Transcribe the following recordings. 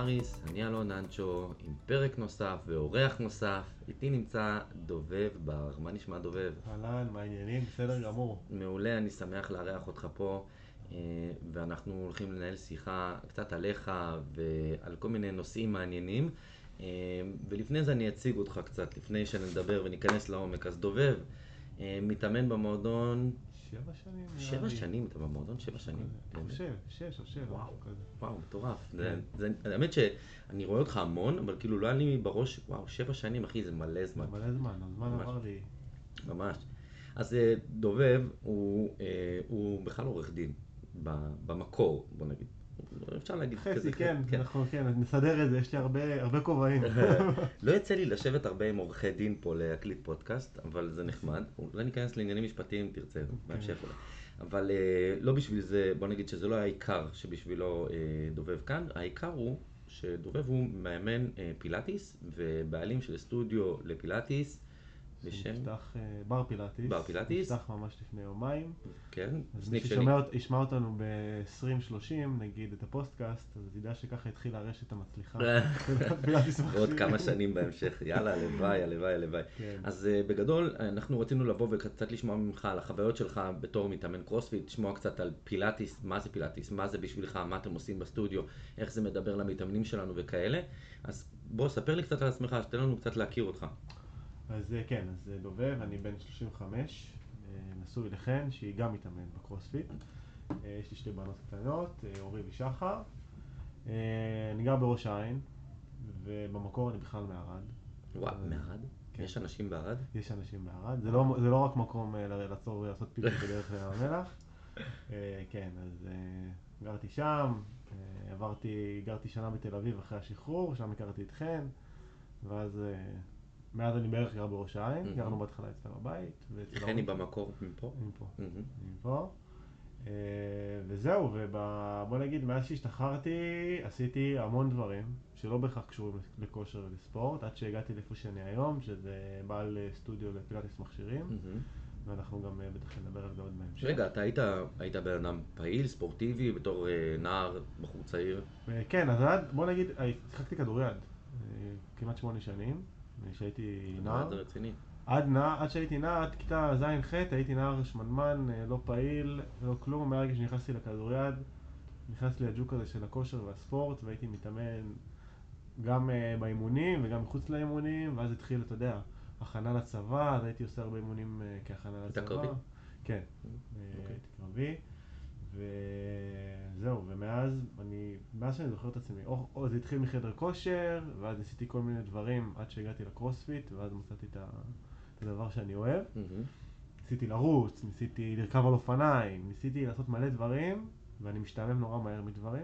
אריס, אני אלון אנצ'ו, עם פרק נוסף ואורח נוסף. איתי נמצא דובב בר. מה נשמע דובב? אהלן, מה העניינים? בסדר גמור. מעולה, אני שמח לארח אותך פה, ואנחנו הולכים לנהל שיחה קצת עליך ועל כל מיני נושאים מעניינים. ולפני זה אני אציג אותך קצת, לפני שנדבר וניכנס לעומק. אז דובב, מתאמן במועדון 7 שנים? 7 שנים, אתה במועדון 7 שנים? אני חושב, 6 או 7, וואו, משהו כזה. וואו, מטורף. כן. האמת שאני רואה אותך המון, אבל כאילו לא היה לי בראש, וואו, 7 שנים, אחי, זה מלא זמן. מלא זמן, הזמן ממש. עבר לי. ממש. אז דובב הוא בכלל עורך דין, במקור, בוא נגיד. אפשר להגיד כזה. חצי, כן, אנחנו, כן, נסדר את זה, יש לי הרבה כובעים. לא יצא לי לשבת הרבה עם עורכי דין פה להקליט פודקאסט, אבל זה נחמד. אולי ניכנס לעניינים משפטיים אם תרצה, בהמשך אולי. אבל לא בשביל זה, בוא נגיד שזה לא העיקר שבשבילו דובב כאן. העיקר הוא שדובב הוא מאמן פילאטיס ובעלים של סטודיו לפילאטיס בשם נפתח בר פילאטיס. בר פילאטיס. נפתח ממש לפני יומיים. כן, אז מי שישמע אותנו ב-2030, נגיד את הפודקאסט, אז ידע שככה התחילה הרשת המצליחה. פילאטיס מכשירים. עוד כמה שנים בהמשך, יאללה, הלוואי, הלוואי, הלוואי. כן. אז בגדול, אנחנו רצינו לבוא וקצת לשמוע ממך על החוויות שלך בתור מתאמן קרוספיט, לשמוע קצת על פילאטיס, מה זה פילאטיס, מה זה בשבילך, מה אתם עושים בסטודיו, איך זה מדבר למתאמנים שלנו וכאלה. אז בוא, ספר לי קצת על עצמך, שתן לנו קצת להכיר אותך. אז כן, אז דובב, אני בן 35, נשוי לחן, שהיא גם מתאמן בקרוספיט. יש לי 2 בנות קטנות, אורי ושחר. אני גר בראש העין, ובמקור אני בכלל מערד. וואו, מערד? כן. יש אנשים בערד? יש אנשים בערד. זה לא רק מקום לעצור ולעשות פיפי בדרך לים המלח. כן, אז גרתי שם, גרתי שנה בתל אביב אחרי השחרור, שם הכרתי את חן, ואז מאז אני בערך גר בראש העין, גרנו בהתחלה אצלנו בבית. חן היא במקור מפה? מפה. וזהו, ובוא נגיד, מאז שהשתחררתי עשיתי המון דברים שלא בהכרח קשורים לכושר ולספורט, עד שהגעתי לאיפה שאני היום, שזה בעל סטודיו לפילאטיס מכשירים, ואנחנו גם בטח נדבר על זה עוד בהמשך. רגע, אתה היית בן אדם פעיל, ספורטיבי, בתור נער, בחור צעיר? כן, אז בוא נגיד, שיחקתי כדוריד כמעט 8 שנים, כשהייתי נער. זה רציני. עד שהייתי נער, עד כיתה ז'-ח' הייתי נער שמנמן, לא פעיל, לא כלום. מהרגע שנכנסתי לכדוריד, נכנסתי לג'וק הזה של הכושר והספורט, והייתי מתאמן גם באימונים וגם מחוץ לאימונים, ואז התחיל, אתה יודע, הכנה לצבא, אז הייתי עושה הרבה אימונים כהכנה לצבא. היית קרבי? כן, הייתי קרבי, וזהו, ומאז שאני זוכר את עצמי, או זה התחיל מחדר כושר, ואז ניסיתי כל מיני דברים עד שהגעתי לקרוספיט, ואז מצאתי את הדבר שאני אוהב. ניסיתי לרוץ, ניסיתי לרכב על אופניים, ניסיתי לעשות מלא דברים, ואני משתעמם נורא מהר מדברים,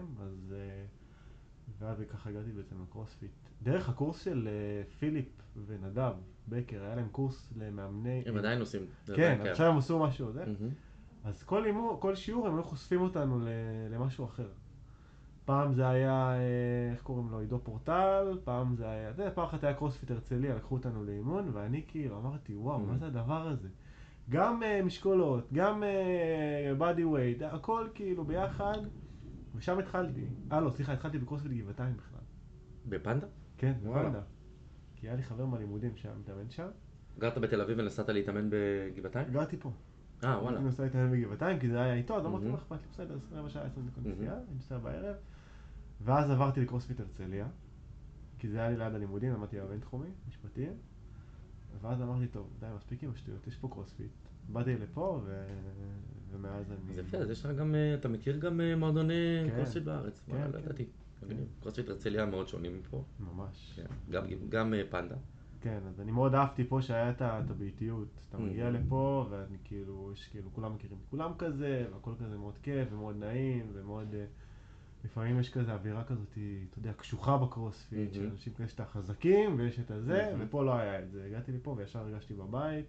ואז ככה הגעתי בעצם לקרוספיט. דרך הקורס של פיליפ ונדב בקר, היה להם קורס למאמני... הם עדיין עושים. כן, עכשיו הם עשו משהו, זה. אז כל שיעור הם היו חושפים אותנו למשהו אחר. פעם זה היה, איך קוראים לו, עידו פורטל, פעם זה היה, פעם אחת היה קרוספיט הרצליה, לקחו אותנו לאימון, ואני כאילו אמרתי, וואו, מה זה הדבר הזה? גם משקולות, גם body weight, הכל כאילו ביחד, ושם התחלתי. התחלתי בקרוספיט גבעתיים בכלל. בפנדה? כן, בפנדה. כי היה לי חבר מהלימודים שהיה מתאמן שם. גרת בתל אביב ונסעת להתאמן בגבעתיים? גרתי פה. וואלה. הייתי נוסע להתאמן בגבעתיים, כי זה היה איתו, אז אמרתי, לא אכפת לי, בסדר, 20 שעה, 20 דקות נסיעה, אני נוסע בערב. ואז עברתי לקרוספיט הרצליה, כי זה היה לי ליד הלימודים, למדתי בבינתחומי, משפטים. ואז אמרתי, טוב, די, מספיק עם השטויות, יש פה קרוספיט. באתי לפה, ומאז אני... אז יפה, אז יש לך גם, אתה מכיר גם מועדוני קרוספיט בארץ? כן, לא ידעתי. קרוספיט הרצליה מאוד שונים מפה. ממש. גם פנדה. כן, אז אני מאוד אהבתי פה שהיה את הביתיות. אתה מגיע לפה, ואני כאילו, כולם מכירים את כולם כזה, והכל כזה מאוד כיף ומאוד נעים, ומאוד... לפעמים יש כזה אווירה כזאת, אתה יודע, קשוחה בקרוספיט, שאנשים כאלה שאתה חזקים, ויש את הזה, ופה לא היה את זה. הגעתי לפה וישר הרגשתי בבית,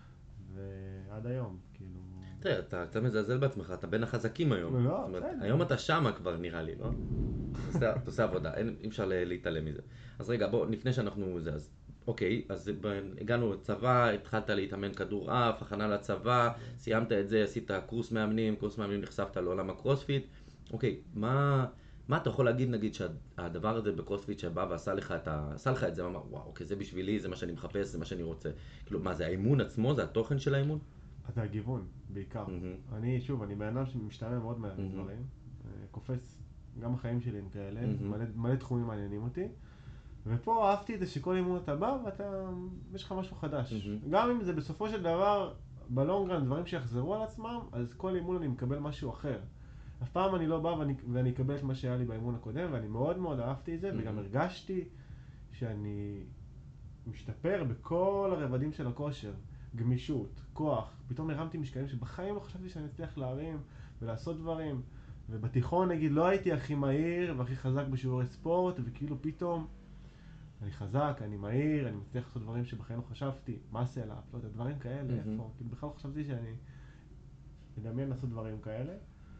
ועד היום, כאילו... תראה, אתה קצת מזלזל בעצמך, אתה בין החזקים היום. לא, בסדר. היום אתה שמה כבר נראה לי, לא? אתה עושה עבודה, אי אפשר להתעלם מזה. אז רגע, בוא, לפני שאנחנו... אוקיי, אז הגענו לצבא, התחלת להתאמן כדורעף, הכנה לצבא, סיימת את זה, עשית קורס מאמנים, נחשפת לעולם הקרוספיט. אוקיי, מה אתה יכול להגיד, נגיד, שהדבר הזה בקרוספיט שבא ועשה לך את זה, ואמר, וואו, אוקיי, זה בשבילי, זה מה שאני מחפש, זה מה שאני רוצה. כאילו, מה, זה האימון עצמו? זה התוכן של האימון? אז זה הגיוון, בעיקר. אני בן אדם שמשתנה מאוד מהדברים, קופץ, גם החיים שלי הם כאלה, מלא תחומים מעניינים אותי. ופה אהבתי את זה שכל אימון אתה בא יש לך משהו חדש. גם אם זה בסופו של דבר, בלונגרן, דברים שיחזרו על עצמם, אז כל אימון אני מקבל משהו אחר. אף פעם אני לא בא ואני אקבל את מה שהיה לי באימון הקודם, ואני מאוד מאוד אהבתי את זה, וגם הרגשתי שאני משתפר בכל הרבדים של הכושר. גמישות, כוח, פתאום הרמתי משקעים שבחיים לא חשבתי שאני אצליח להרים ולעשות דברים. ובתיכון נגיד לא הייתי הכי מהיר והכי חזק בשיעורי ספורט, וכאילו פתאום אני חזק, אני מהיר, אני מצליח לעשות דברים שבחיים לא חשבתי, מסל אפ, לא יודע, דברים כאלה, איפה, כאילו בכלל לא חשבתי שאני מדמיין לעשות דברים כאלה,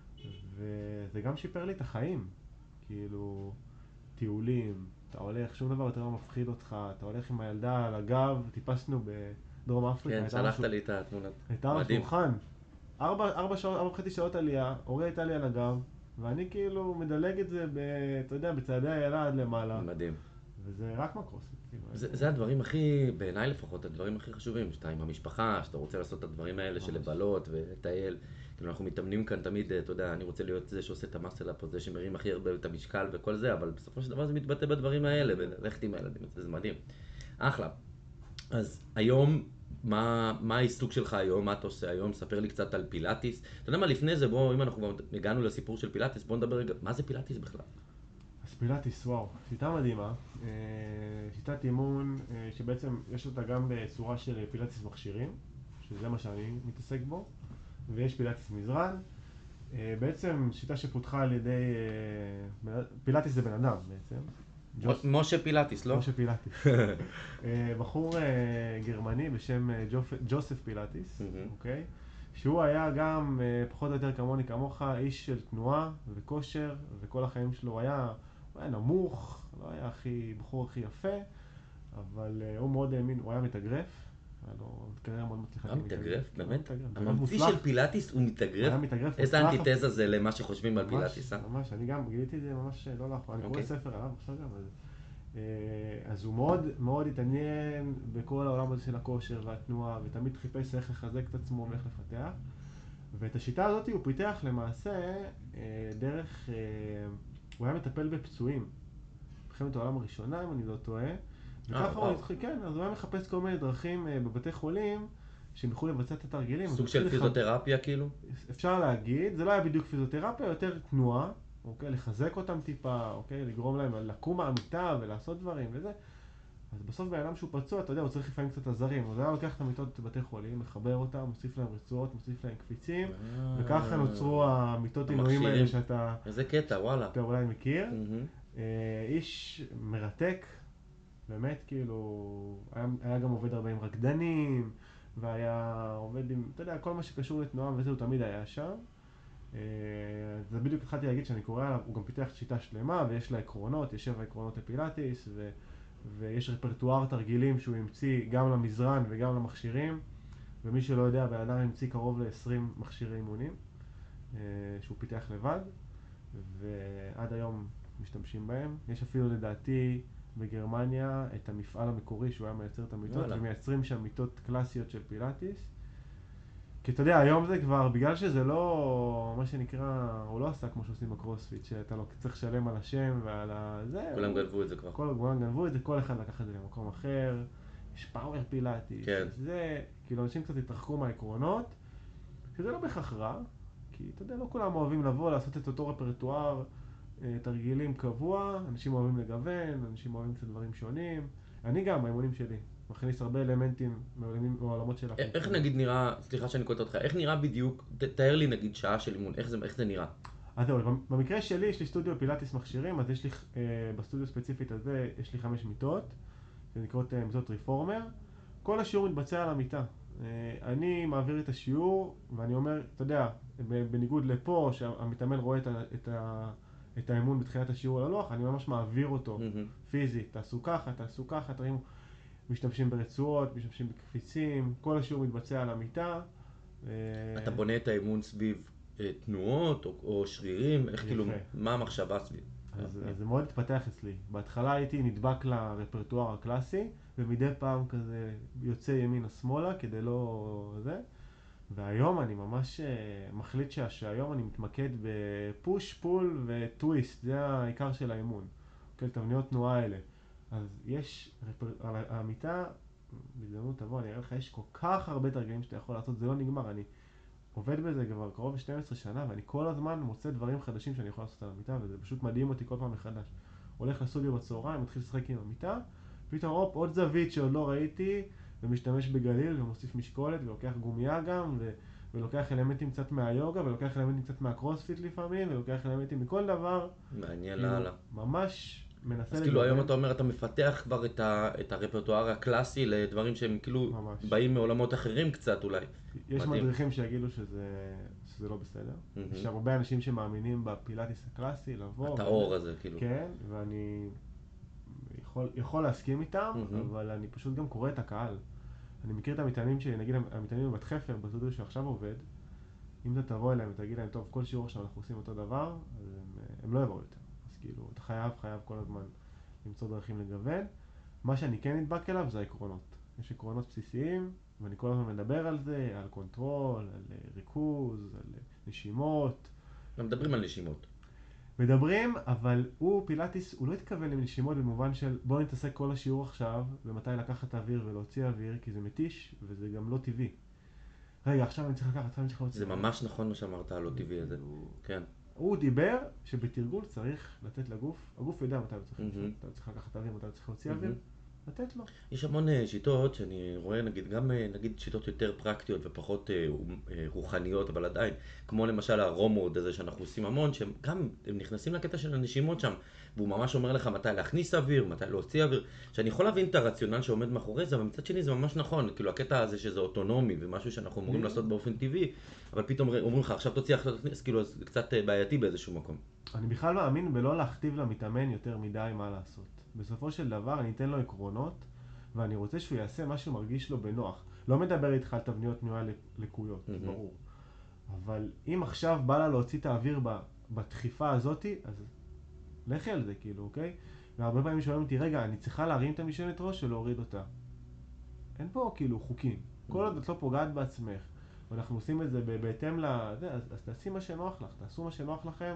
וזה גם שיפר לי את החיים, כאילו, טיולים, אתה הולך, שום דבר יותר לא מפחיד אותך, אתה הולך עם הילדה על הגב, טיפסנו בדרום אפריקה, כן, שלחת לי את התמונות. הייתה משולחן, 4.5 שעות עלייה, הורי הייתה לי על הגב, ואני כאילו מדלג את זה, אתה יודע, בצעדי הילד עד למעלה. מדהים. וזה רק מקרוספיט. זה הדברים הכי, בעיניי לפחות, הדברים הכי חשובים, שאתה עם המשפחה, שאתה רוצה לעשות את הדברים האלה של לבלות ולטייל. כאילו אנחנו מתאמנים כאן תמיד, אתה יודע, אני רוצה להיות זה שעושה את המסל אפ, זה שמרים הכי הרבה את המשקל וכל זה, אבל בסופו של דבר זה מתבטא בדברים האלה, ולכת עם הילדים, זה מדהים. אחלה. אז היום, מה העיסוק שלך היום, מה אתה עושה היום? ספר לי קצת על פילאטיס. אתה יודע מה, לפני זה, בוא, אם אנחנו כבר הגענו לסיפור של פילאטיס, בוא נדבר רגע, מה זה פילאטיס בכלל? אז פילאטיס, וואו, שיטה מדהימה, שיטת אימון שבעצם יש אותה גם בצורה של פילאטיס מכשירים, שזה מה שאני מתעסק בו, ויש פילאטיס מזרן, בעצם שיטה שפותחה על ידי, פילאטיס זה בן אדם בעצם. משה פילאטיס, לא? משה פילאטיס. בחור גרמני בשם ג'וסף פילאטיס, אוקיי? שהוא היה גם פחות או יותר כמוני כמוך, איש של תנועה וכושר, וכל החיים שלו הוא היה נמוך, לא היה בחור הכי יפה, אבל הוא מאוד האמין, הוא היה מתאגרף, היה לו קריירה מאוד מצליחה. היה מתאגרף? באמת? הממציא של פילאטיס הוא מתאגרף? היה מתאגרף. איזה אנטיתזה זה למה שחושבים על פילאטיס, ממש, אני גם גיליתי את זה ממש לא לאחרונה, אני קורא ספר עליו עכשיו גם, אז הוא מאוד התעניין בכל העולם הזה של הכושר והתנועה, ותמיד חיפש איך לחזק את עצמו ואיך לפתח. ואת השיטה הזאת הוא פיתח למעשה דרך, הוא היה מטפל בפצועים, מלחמת העולם הראשונה אם אני לא טועה, וככה הוא התחיל, כן, אז הוא היה מחפש כל מיני דרכים בבתי חולים שהם יכולו לבצע את התרגילים. סוג של פיזיותרפיה כאילו? אפשר להגיד, זה לא היה בדיוק פיזיותרפיה, יותר תנועה, אוקיי, לחזק אותם טיפה, אוקיי, לגרום להם לקום מהמיטה ולעשות דברים וזה. אז בסוף באדם שהוא פצוע, אתה יודע, הוא צריך לפעמים קצת עזרים. הוא היה לוקח את המיטות בבתי חולים, מחבר אותם, מוסיף להם רצועות, מוסיף להם קפיצים, וככה נוצרו המיטות עינויים האלה שאתה... איזה קטע, וואלה. אתה אולי מכיר. איש מרתק, באמת, כאילו, היה גם עובד הרבה עם רקדנים, והיה עובד עם, אתה יודע, כל מה שקשור לתנועה וזה, הוא תמיד היה שם. זה בדיוק התחלתי להגיד שאני קורא עליו, הוא גם פיתח שיטה שלמה, ויש לה עקרונות, יש 7 עקרונות לפילאטיס, ויש רפרטואר תרגילים שהוא המציא גם למזרן וגם למכשירים, ומי שלא יודע, בן אדם המציא קרוב ל-20 מכשירי אימונים שהוא פיתח לבד, ועד היום משתמשים בהם. יש אפילו לדעתי בגרמניה את המפעל המקורי שהוא היה מייצר את המיטות, ומייצרים שם מיטות קלאסיות של פילאטיס. כי אתה יודע, היום זה כבר, בגלל שזה לא, מה שנקרא, הוא לא עשה כמו שעושים בקרוספיט, שאתה לא צריך לשלם על השם ועל זה. כולם גנבו את זה כבר. כולם גנבו את זה, כל אחד לקח את זה למקום אחר, יש פאוור פילאטיס, כן. זה, כאילו אנשים קצת התרחקו מהעקרונות, שזה לא בהכרח רע, כי אתה יודע, לא כולם אוהבים לבוא, לעשות את אותו רפרטואר, תרגילים קבוע, אנשים אוהבים לגוון, אנשים אוהבים קצת דברים שונים, אני גם, באימונים שלי. מכניס הרבה אלמנטים מעולמות של הפונקציה. איך נגיד נראה, סליחה שאני קוטע אותך, איך נראה בדיוק, תאר לי נגיד שעה של אימון, איך זה נראה? אז זהו, במקרה שלי יש לי סטודיו פילאטיס מכשירים, אז יש לי, בסטודיו ספציפית הזה, יש לי 5 מיטות, שנקראות מיטות ריפורמר. כל השיעור מתבצע על המיטה. אני מעביר את השיעור, ואני אומר, אתה יודע, בניגוד לפה, שהמתאמן רואה את האימון בתחילת השיעור על הלוח, אני ממש מעביר אותו פיזית, תעשו ככה, תרימו. משתמשים ברצועות, משתמשים בקפיצים, כל השיעור מתבצע על המיטה. אתה בונה את האימון סביב תנועות או שרירים, איך כאילו, מה המחשבה סביב? אז זה מאוד התפתח אצלי. בהתחלה הייתי נדבק לרפרטואר הקלאסי, ומדי פעם כזה יוצא ימינה שמאלה כדי לא זה. והיום אני ממש מחליט שהיום אני מתמקד בפוש, פול וטוויסט, זה העיקר של האימון. אוקיי, תבניות תנועה האלה. אז יש, על המיטה, בהזדמנות תבוא, אני אראה לך, יש כל כך הרבה תרגילים שאתה יכול לעשות, זה לא נגמר, אני עובד בזה כבר קרוב ל-12 שנה, ואני כל הזמן מוצא דברים חדשים שאני יכול לעשות על המיטה, וזה פשוט מדהים אותי כל פעם מחדש. הולך לסטודיו בצהריים, מתחיל לשחק עם המיטה, פתאום עוד זווית שעוד לא ראיתי, ומשתמש בגליל, ומוסיף משקולת, ולוקח גומיה גם, ולוקח אלמנטים קצת מהיוגה, ולוקח אלמנטים קצת מהקרוספיט לפעמים, ולוקח אלמנטים מכל דבר. מעניין לאללה. ממש מנסה אז כאילו היום אתה אומר, אתה מפתח כבר את הרפרטואר הקלאסי לדברים שהם כאילו ממש. באים מעולמות אחרים קצת אולי. יש מדהים. מדריכים שיגידו שזה לא בסדר. יש הרבה אנשים שמאמינים בפילאטיס הקלאסי, לבוא. הטהור הזה, כאילו. כן, ואני יכול להסכים איתם, אבל אני פשוט גם קורא את הקהל. אני מכיר את המתאמנים שלי, נגיד המתאמנים בבת חפר, בסטודיו שעכשיו עובד, אם אתה תבוא אליהם ותגיד להם, טוב, כל שיעור שאנחנו עושים אותו דבר, אז הם לא יבואו יותר. אז כאילו, אתה חייב כל הזמן למצוא דרכים לגוון. מה שאני כן נדבק אליו זה העקרונות. יש עקרונות בסיסיים, ואני כל הזמן מדבר על זה, על קונטרול, על ריכוז, על נשימות. מדברים על נשימות. מדברים, אבל פילאטיס, הוא לא התכוון לנשימות במובן של בוא נתעסק כל השיעור עכשיו, ומתי לקחת אוויר ולהוציא אוויר, כי זה מתיש, וזה גם לא טבעי. רגע, עכשיו אני צריך לקחת, עכשיו אני צריך להוציא. זה ממש נכון מה שאמרת על לא טבעי הזה. כן. הוא דיבר שבתרגול צריך לתת לגוף, הגוף יודע מתי הוא צריך לנשום, מתי הוא צריך לקחת אוויר, מתי הוא צריך להוציא אוויר, לתת לו. יש המון שיטות שאני רואה, גם נגיד שיטות יותר פרקטיות ופחות רוחניות, אבל עדיין, כמו למשל הרומוד הזה שאנחנו עושים המון, שהם גם הם נכנסים לקטע של הנשימות שם, והוא ממש אומר לך מתי להכניס אוויר, מתי להוציא אוויר, שאני יכול להבין את הרציונל שעומד מאחורי זה, אבל מצד שני זה ממש נכון, כאילו הקטע הזה שזה אוטונומי ומשהו שאנחנו אמורים לעשות באופן טבעי, אבל פתאום אומרים לך עכשיו תוציא, עכשיו תכניס, כאילו זה קצת בעייתי באיזשהו מקום. אני בכלל מאמין בלא להכתיב למתאמן יותר מדי מה לעשות. בסופו של דבר אני אתן לו עקרונות, ואני רוצה שהוא יעשה מה שמרגיש לו בנוח. לא מדבר איתך על תבניות תנועה לקויות, ברור. אבל אם עכשיו בא לה להוציא את האוויר בדחיפה הזאת, אז לכי על זה, כאילו, אוקיי? והרבה פעמים שואלים אותי, רגע, אני צריכה להרים את המשענת ראש או להוריד אותה? אין פה כאילו חוקים. כל עוד את לא פוגעת בעצמך, ואנחנו עושים את זה בהתאם לזה, אז תעשי מה שנוח לך, תעשו מה שנוח לכם,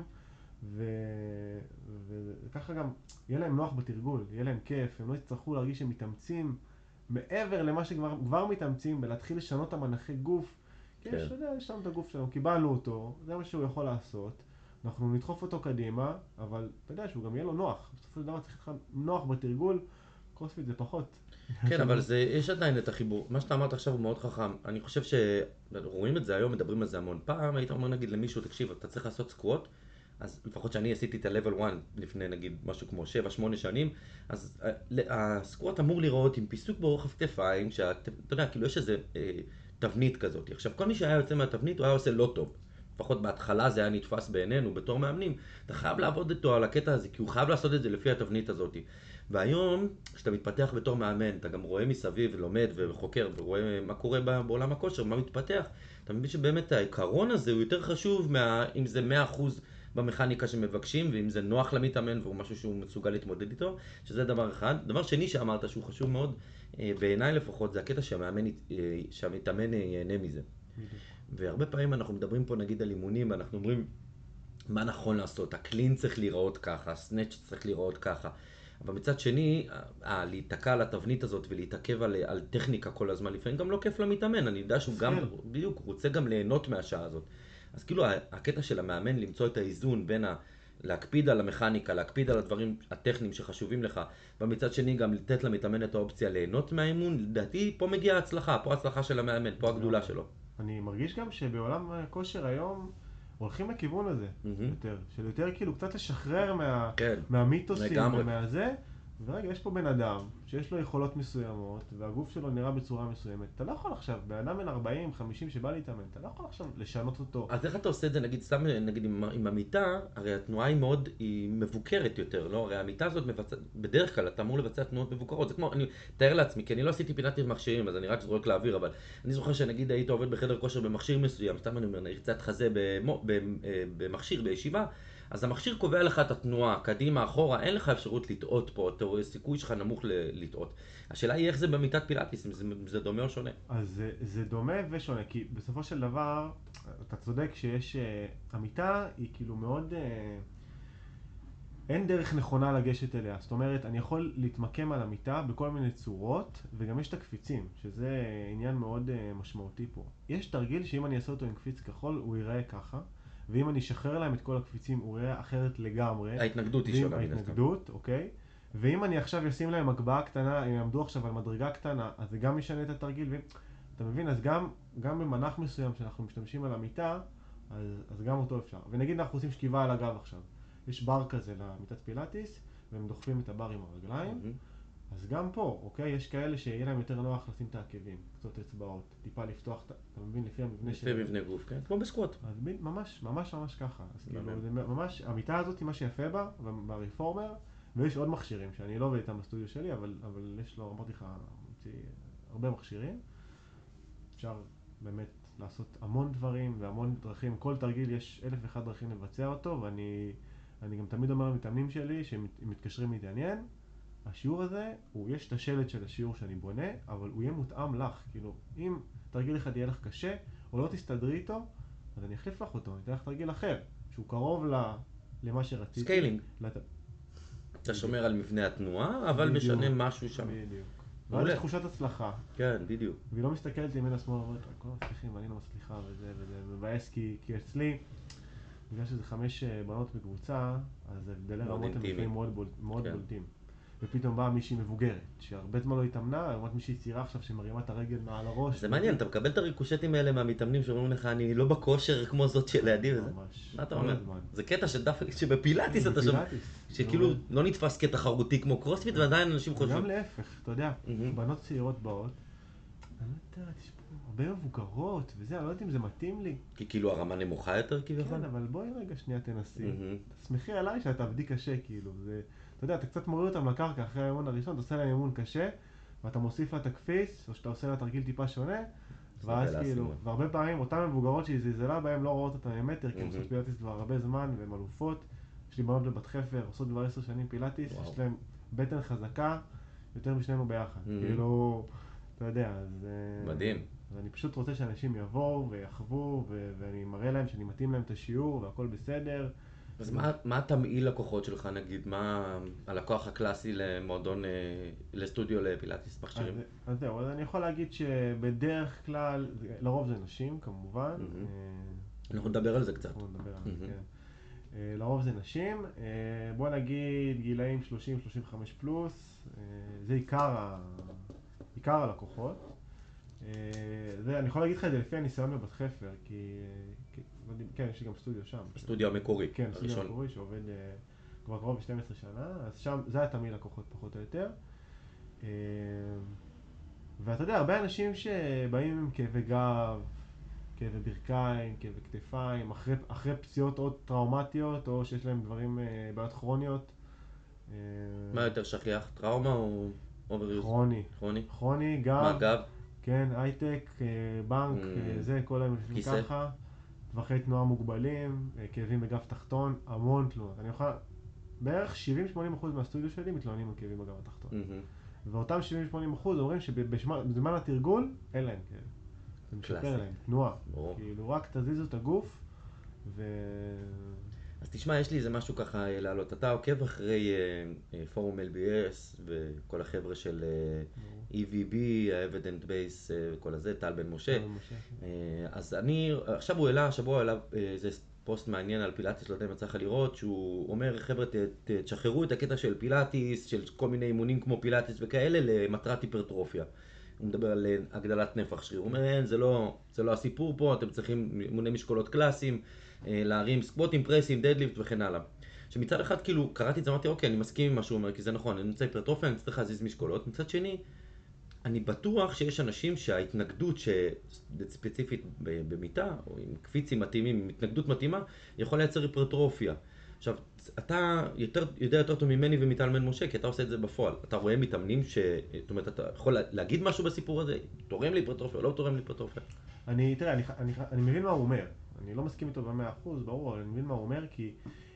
וככה גם יהיה להם נוח בתרגול, יהיה להם כיף, הם לא יצטרכו להרגיש שהם מתאמצים מעבר למה שכבר מתאמצים, ולהתחיל לשנות את המנחי גוף. כי יש לנו את הגוף שלנו, קיבלנו אותו, זה מה שהוא יכול לעשות, אנחנו נדחוף אותו קדימה, אבל אתה יודע שהוא גם יהיה לו נוח. בסופו של דבר צריך לך נוח בתרגול, קרוספיט זה פחות. כן, אבל יש עדיין את החיבור. מה שאתה אמרת עכשיו הוא מאוד חכם. אני חושב שרואים את זה היום, מדברים על זה המון. פעם היית אומר נגיד למישהו, תקשיב, אתה צריך לעשות סקווט, אז לפחות שאני עשיתי את ה-level 1 לפני נגיד משהו כמו 7-8 שנים, אז הסקווט אמור לראות עם פיסוק ברוחב כתפיים, שאתה יודע, כאילו יש איזה תבנית כזאת. עכשיו, כל מי שהיה יוצא מהתבנית הוא היה עושה לא טוב. לפחות בהתחלה זה היה נתפס בעינינו בתור מאמנים. אתה חייב לעבוד איתו על הקטע הזה, כי הוא חייב לעשות את זה לפי התבנית הזאת. והיום, כשאתה מתפתח בתור מאמן, אתה גם רואה מסביב, לומד וחוקר, ורואה מה קורה בעולם הכושר, מה מתפתח, אתה מבין שבאמת העיקרון הזה הוא יותר חשוב אם זה 100% במכניקה שמבקשים, ואם זה נוח למתאמן והוא משהו שהוא מסוגל להתמודד איתו, שזה דבר אחד. דבר שני שאמרת שהוא חשוב מאוד, בעיניי לפחות, זה הקטע שהמתאמן ייהנה מזה. והרבה פעמים אנחנו מדברים פה נגיד על אימונים, ואנחנו אומרים מה נכון לעשות, הקלין צריך להיראות ככה, הסנאץ' צריך להיראות ככה. אבל מצד שני, להיתקע על התבנית הזאת ולהתעכב על טכניקה כל הזמן, לפעמים גם לא כיף למתאמן, אני יודע שהוא גם, בדיוק, רוצה גם ליהנות מהשעה הזאת. אז כאילו הקטע של המאמן למצוא את האיזון בין להקפיד על המכניקה, להקפיד על הדברים הטכניים שחשובים לך, ומצד שני גם לתת למתאמן את האופציה ליהנות מהאימון, לדעתי פה מגיעה ההצלחה, פה ההצלחה של המאמן, פה הגדולה שלו. אני מרגיש גם שבעולם הכושר היום הולכים לכיוון הזה יותר, של יותר כאילו קצת לשחרר מהמיתוסים ומהזה, ורגע, יש פה בן אדם שיש לו יכולות מסוימות, והגוף שלו נראה בצורה מסוימת. אתה לא יכול עכשיו, באדם בן 40, 50 שבא להתאמן, אתה לא יכול עכשיו לשנות אותו. אז איך אתה עושה את זה, נגיד, סתם נגיד עם המיטה, הרי התנועה היא מבוקרת יותר, לא? הרי המיטה הזאת בדרך כלל אתה אמור לבצע תנועות מבוקרות. זה כמו, אני תאר לעצמי, כי אני לא עשיתי פילאטיס במכשירים, אז אני רק זורק לאוויר, אבל אני זוכר שנגיד היית עובד בחדר כושר במכשיר מסוים, סתם אני אומר, נריצת חזה במכשיר, בישיבה, אז המכשיר קובע לך את התנועה, קדימה, אחורה, אין לך אפשרות לטעות פה, סיכוי שלך נמוך לטעות. השאלה היא איך זה במיטת פילאטיס, אם זה דומה או שונה. אז זה דומה ושונה, כי בסופו של דבר, אתה צודק שיש, המיטה היא כאילו מאוד, אין דרך נכונה לגשת אליה. זאת אומרת, אני יכול להתמקם על המיטה בכל מיני צורות, וגם יש את הקפיצים, שזה עניין מאוד משמעותי פה. יש תרגיל שאם אני אעשה אותו עם קפיץ כחול, הוא ייראה ככה, ואם אני אשחרר להם את כל הקפיצים, הוא ייראה אחרת לגמרי. ההתנגדות היא שונה מן הסתם. ההתנגדות, אוקיי? ואם אני עכשיו אשים להם הגבהה קטנה, הם יעמדו עכשיו על מדרגה קטנה, אז זה גם משנה את התרגיל. אתה מבין? אז גם במנח מסוים שאנחנו משתמשים על המיטה, אז גם אותו אפשר. ונגיד אנחנו עושים שכיבה על הגב עכשיו. יש בר כזה למיטת פילאטיס, והם דוחפים את הבר עם הרגליים. אז גם פה, אוקיי? יש כאלה שיהיה להם יותר נוח לשים את העקבים, קצות אצבעות, טיפה לפתוח, אתה מבין? לפי המבנה לפי מבנה גוף, כן? כמו בסקווט. אז ממש ככה. אז כאילו, זה ממש, המיטה הזאת היא מה שיפה בה, ברפורמר, ויש עוד מכשירים שאני לא עובד איתם בסטודיו שלי, אבל יש לו, אמרתי לך, הרבה מכשירים. אפשר באמת לעשות המון דברים והמון דרכים, כל תרגיל יש 1001 דרכים לבצע אותו, ואני גם תמיד אומר למתאמנים שלי שהם מתקשרים להתעניין, השיעור הזה, יש את השלט של השיעור שאני בונה, אבל הוא יהיה מותאם לך, כאילו, אם תרגיל אחד יהיה לך קשה, או לא תסתדרי איתו, אז אני אחליף לך אותו, אני אתן לך תרגיל אחר, שהוא קרוב למה שרציתי. סקיילינג. אתה שומר על מבנה התנועה, אבל משנה משהו שם. בדיוק. ואז יש תחושת הצלחה. כן, בדיוק. והיא לא מסתכלת ימין לשמאל, אומרת, כל מצליחים, אני לא מצליחה, וזה מבאס, כי אצלי, בגלל שזה 5 בנות בקבוצה, אז הבדלי רמות הם לפעמים מאוד בולטים. ופתאום באה מישהי מבוגרת, שהרבה זמן לא התאמנה, לעומת מישהי צעירה עכשיו שמרימה את הרגל מעל הראש. זה מעניין, אתה מקבל את הריקושטים האלה מהמתאמנים שאומרים לך, אני לא בכושר כמו זאת שלידי וזה. ממש. מה אתה אומר? זה קטע שבפילאטיס אתה שומע, שכאילו לא נתפס כתחרותי כמו קרוספיט, ועדיין אנשים חושבים. גם להפך, אתה יודע, בנות צעירות באות, אני לא יודעת, יש פה הרבה מבוגרות וזה, אני לא יודעת אם זה מתאים לי. כי כאילו הרמה נמוכה יותר כביכול? כן, אבל בואי רגע שנייה תנסי. תסמכי עליי שאתה עבדי קשה, כאילו. אתה יודע, אתה קצת מוריד אותם לקרקע אחרי האימון הראשון, אתה עושה להם אימון קשה, ואתה מוסיף לה את הקפיץ, או שאתה עושה לה תרגיל טיפה שונה, ואז כאילו, והרבה פעמים, אותם מבוגרות שהיא זלזלה בהם לא רואות אותם ממטר, כי הם עושות פילאטיס כבר הרבה זמן, והן אלופות. יש לי בנות בבת חפר, עושות כבר 10 שנים פילאטיס, יש להם בטן חזקה, יותר משנינו ביחד. כאילו, אתה יודע, אז... מדהים. אז אני פשוט רוצה שאנשים יבואו ויחוו, ואני מראה להם שאני מתאים להם את השיעור, והכל בסדר. אז מה תמעיל לקוחות שלך, נגיד? מה הלקוח הקלאסי למועדון, לסטודיו לפילאטיס מכשירים? אז זהו, אז אני יכול להגיד שבדרך כלל, לרוב זה נשים כמובן. אנחנו נדבר על זה קצת. אנחנו נדבר על זה, כן. לרוב זה נשים, בוא נגיד גילאים 30-35 פלוס, זה עיקר הלקוחות. אני יכול להגיד לך את זה לפי הניסיון בבת חפר, כי כן, יש לי גם סטודיו שם. הסטודיו המקורי. כן, סטודיו המקורי שעובד כבר קרוב ב-12 שנה, אז שם זה התמהיל לקוחות פחות או יותר. ואתה יודע, הרבה אנשים שבאים עם כאבי גב, כאבי ברכיים, כאבי כתפיים, אחרי פציעות עוד טראומטיות, או שיש להם דברים, בעיות כרוניות. מה יותר שכיח? טראומה או אובריוז? כרוני. כרוני, גב. מה, גב? כן, הייטק, בנק, זה, כל היום יושבים ככה. טווחי תנועה מוגבלים, כאבים בגב תחתון, המון תלונות. אני יכול... בערך 70-80% מהסטודיו שלי מתלוננים על כאבים בגב התחתון. ואותם 70-80% אומרים שבזמן התרגול אין להם כאב. זה משפר להם, תנועה. כאילו רק תזיזו את הגוף אז תשמע, יש לי איזה משהו ככה לעלות. אתה עוקב אחרי פורום LBS וכל החבר'ה של EVB, ה-Evident Base וכל הזה, טל בן משה. אז עכשיו הוא העלה איזה פוסט מעניין על פילאטיס, לא יודע אם יצא לך לראות, שהוא אומר, חבר'ה, תשחררו את הקטע של פילאטיס, של כל מיני אימונים כמו פילאטיס וכאלה, למטרת היפרטרופיה. הוא מדבר על הגדלת נפח שריר. הוא אומר, זה לא הסיפור פה, אתם צריכים אימוני משקולות קלאסיים, להרים סקווטים, פרסים, דדליפט וכן הלאה. שמצד אחד, כאילו, קראתי את זה, אמרתי, אוקיי, אני מסכים עם מה שהוא אומר, כי זה נכון, אני נמצא היפרטרופיה, אני צריך להזיז משקולות. מצד שני, אני בטוח שיש אנשים שההתנגדות ספציפית במיטה, או עם קפיצים מתאימים, עם התנגדות מתאימה, יכול לייצר היפרטרופיה. עכשיו, אתה יודע יותר טוב ממני ומטל בן משה, כי אתה עושה את זה בפועל. אתה רואה מתאמנים זאת אומרת, אתה יכול להגיד משהו בסיפור הזה? תורם להיפרטרופיה או לא תורם להיפרטרופיה? תראה, אני מבין מה הוא אומר. אני לא מסכים איתו ב100%, ברור, אבל אני מבין מה הוא אומר, כי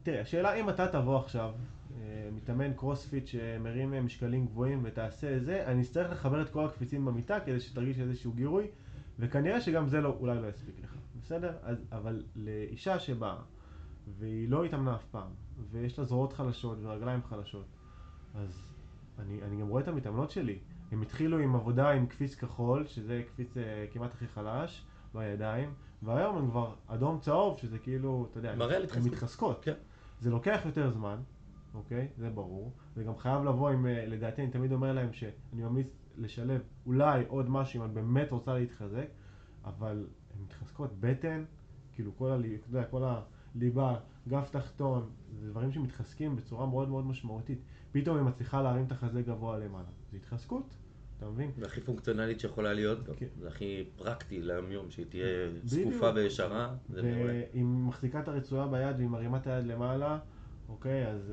תראה, השאלה אם אתה תבוא עכשיו, מתאמן קרוספיט שמרים משקלים גבוהים ותעשה זה, אני אצטרך לחבר את כל הקפיצים במיטה כדי שתרגיש איזשהו גירוי, וכנראה שגם זה אולי לא יספיק לך, בסדר? אבל לאישה שבאה, והיא לא התאמנה אף פעם, ויש לה זרועות חלשות ורגליים חלשות, אז אני גם רואה את המתאמנות שלי. הם התחילו עם עבודה עם קפיץ כחול, שזה קפיץ כמעט הכי חלש, בידיים, והיום הם כבר אדום צהוב, שזה כאילו, אתה יודע, הן מתחזקות. כן. זה לוקח יותר זמן, אוקיי? זה ברור. זה גם חייב לבוא עם, לדעתי, אני תמיד אומר להם שאני ממליץ לשלב אולי עוד משהו אם את באמת רוצה להתחזק, אבל הן מתחזקות בטן, כאילו כל הליבה, גב תחתון, זה דברים שמתחזקים בצורה מאוד מאוד משמעותית. פתאום היא מצליחה להרים את החזה גבוה למעלה. זה התחזקות, אתה מבין? זה הכי פונקציונלית שיכולה להיות גם. זה הכי פרקטי ליום, שהיא תהיה זקופה וישרה. והיא מחזיקה את הרצועה ביד והיא מרימה את היד למעלה, אוקיי, אז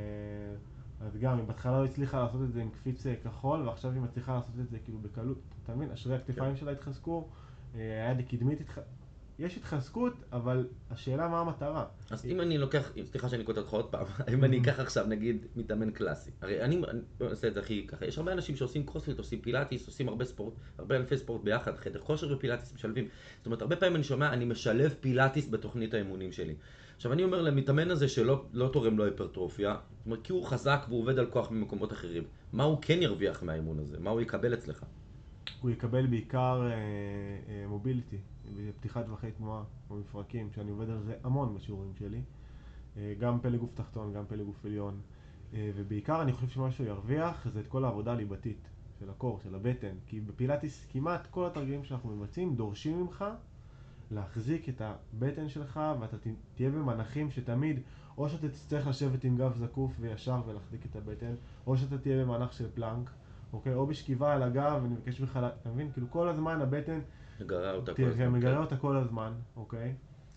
גם, היא בהתחלה לא הצליחה לעשות את זה עם קפיץ כחול, ועכשיו היא מצליחה לעשות את זה כאילו בקלות. אתה מבין? השרי הכתפיים שלה התחזקו, היד הקדמית יש התחזקות, אבל השאלה מה המטרה. אז אם אני לוקח, סליחה שאני קוטע אותך עוד פעם, אם אני אקח עכשיו נגיד מתאמן קלאסי, הרי אני עושה את זה הכי ככה, יש הרבה אנשים שעושים קרוספיט, עושים פילאטיס, עושים הרבה ספורט, הרבה ענפי ספורט ביחד, חדר כושר ופילאטיס משלבים. זאת אומרת, הרבה פעמים אני שומע, אני משלב פילאטיס בתוכנית האימונים שלי. עכשיו אני אומר למתאמן הזה שלא תורם לו היפרטרופיה, זאת אומרת, כי הוא חזק והוא עובד על כוח ממקומות אחרים, מה הוא כן ירוויח מהאימון הזה? מה הוא יקבל אצלך? הוא יקבל בעיקר מוביליטי, פתיחת טווחי תנועה או מפרקים, שאני עובד על זה המון בשיעורים שלי. גם פלג גוף תחתון, גם פלג גוף עליון. ובעיקר אני חושב שמה שהוא ירוויח זה את כל העבודה הליבתית של הקור, של הבטן. כי בפילאטיס כמעט כל התרגילים שאנחנו מבצעים דורשים ממך להחזיק את הבטן שלך, ואתה תהיה במנחים שתמיד, או שאתה תצטרך לשבת עם גב זקוף וישר ולהחזיק את הבטן, או שאתה תהיה במנח של פלנק. אוקיי, או בשכיבה על הגב, ואני מבקש ממך, אתה מבין? כאילו כל הזמן הבטן מגרה אותה כל הזמן. מגרה אותה כל הזמן, אוקיי?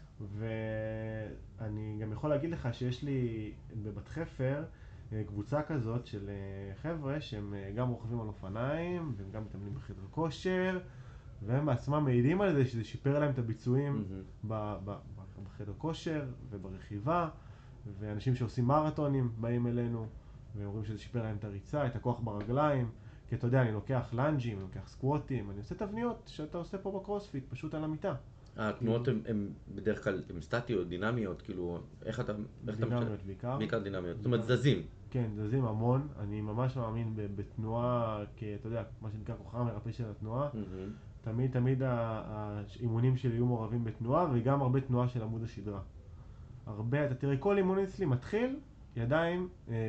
ואני גם יכול להגיד לך שיש לי בבת חפר קבוצה כזאת של חבר'ה שהם גם רוכבים על אופניים, והם גם מתאמנים בחדר כושר, והם בעצמם מעידים על זה שזה שיפר להם את הביצועים בחדר כושר וברכיבה, ואנשים שעושים מרתונים באים אלינו, והם אומרים שזה שיפר להם את הריצה, את הכוח ברגליים. כי אתה יודע, אני לוקח לנג'ים, אני לוקח סקווטים, אני עושה תבניות שאתה עושה פה בקרוספיט, פשוט על המיטה. התנועות הן בדרך כלל סטטיות, דינמיות, כאילו, איך אתה... דינמיות בעיקר. בעיקר דינמיות, זאת אומרת זזים. כן, זזים המון. אני ממש מאמין בתנועה, אתה יודע, מה שנקרא כוחה המרפא של התנועה. תמיד האימונים שלי יהיו מעורבים בתנועה, וגם הרבה תנועה של עמוד השדרה. הרבה, אתה תראה, כל אימון אצלי מתחיל, ידיים,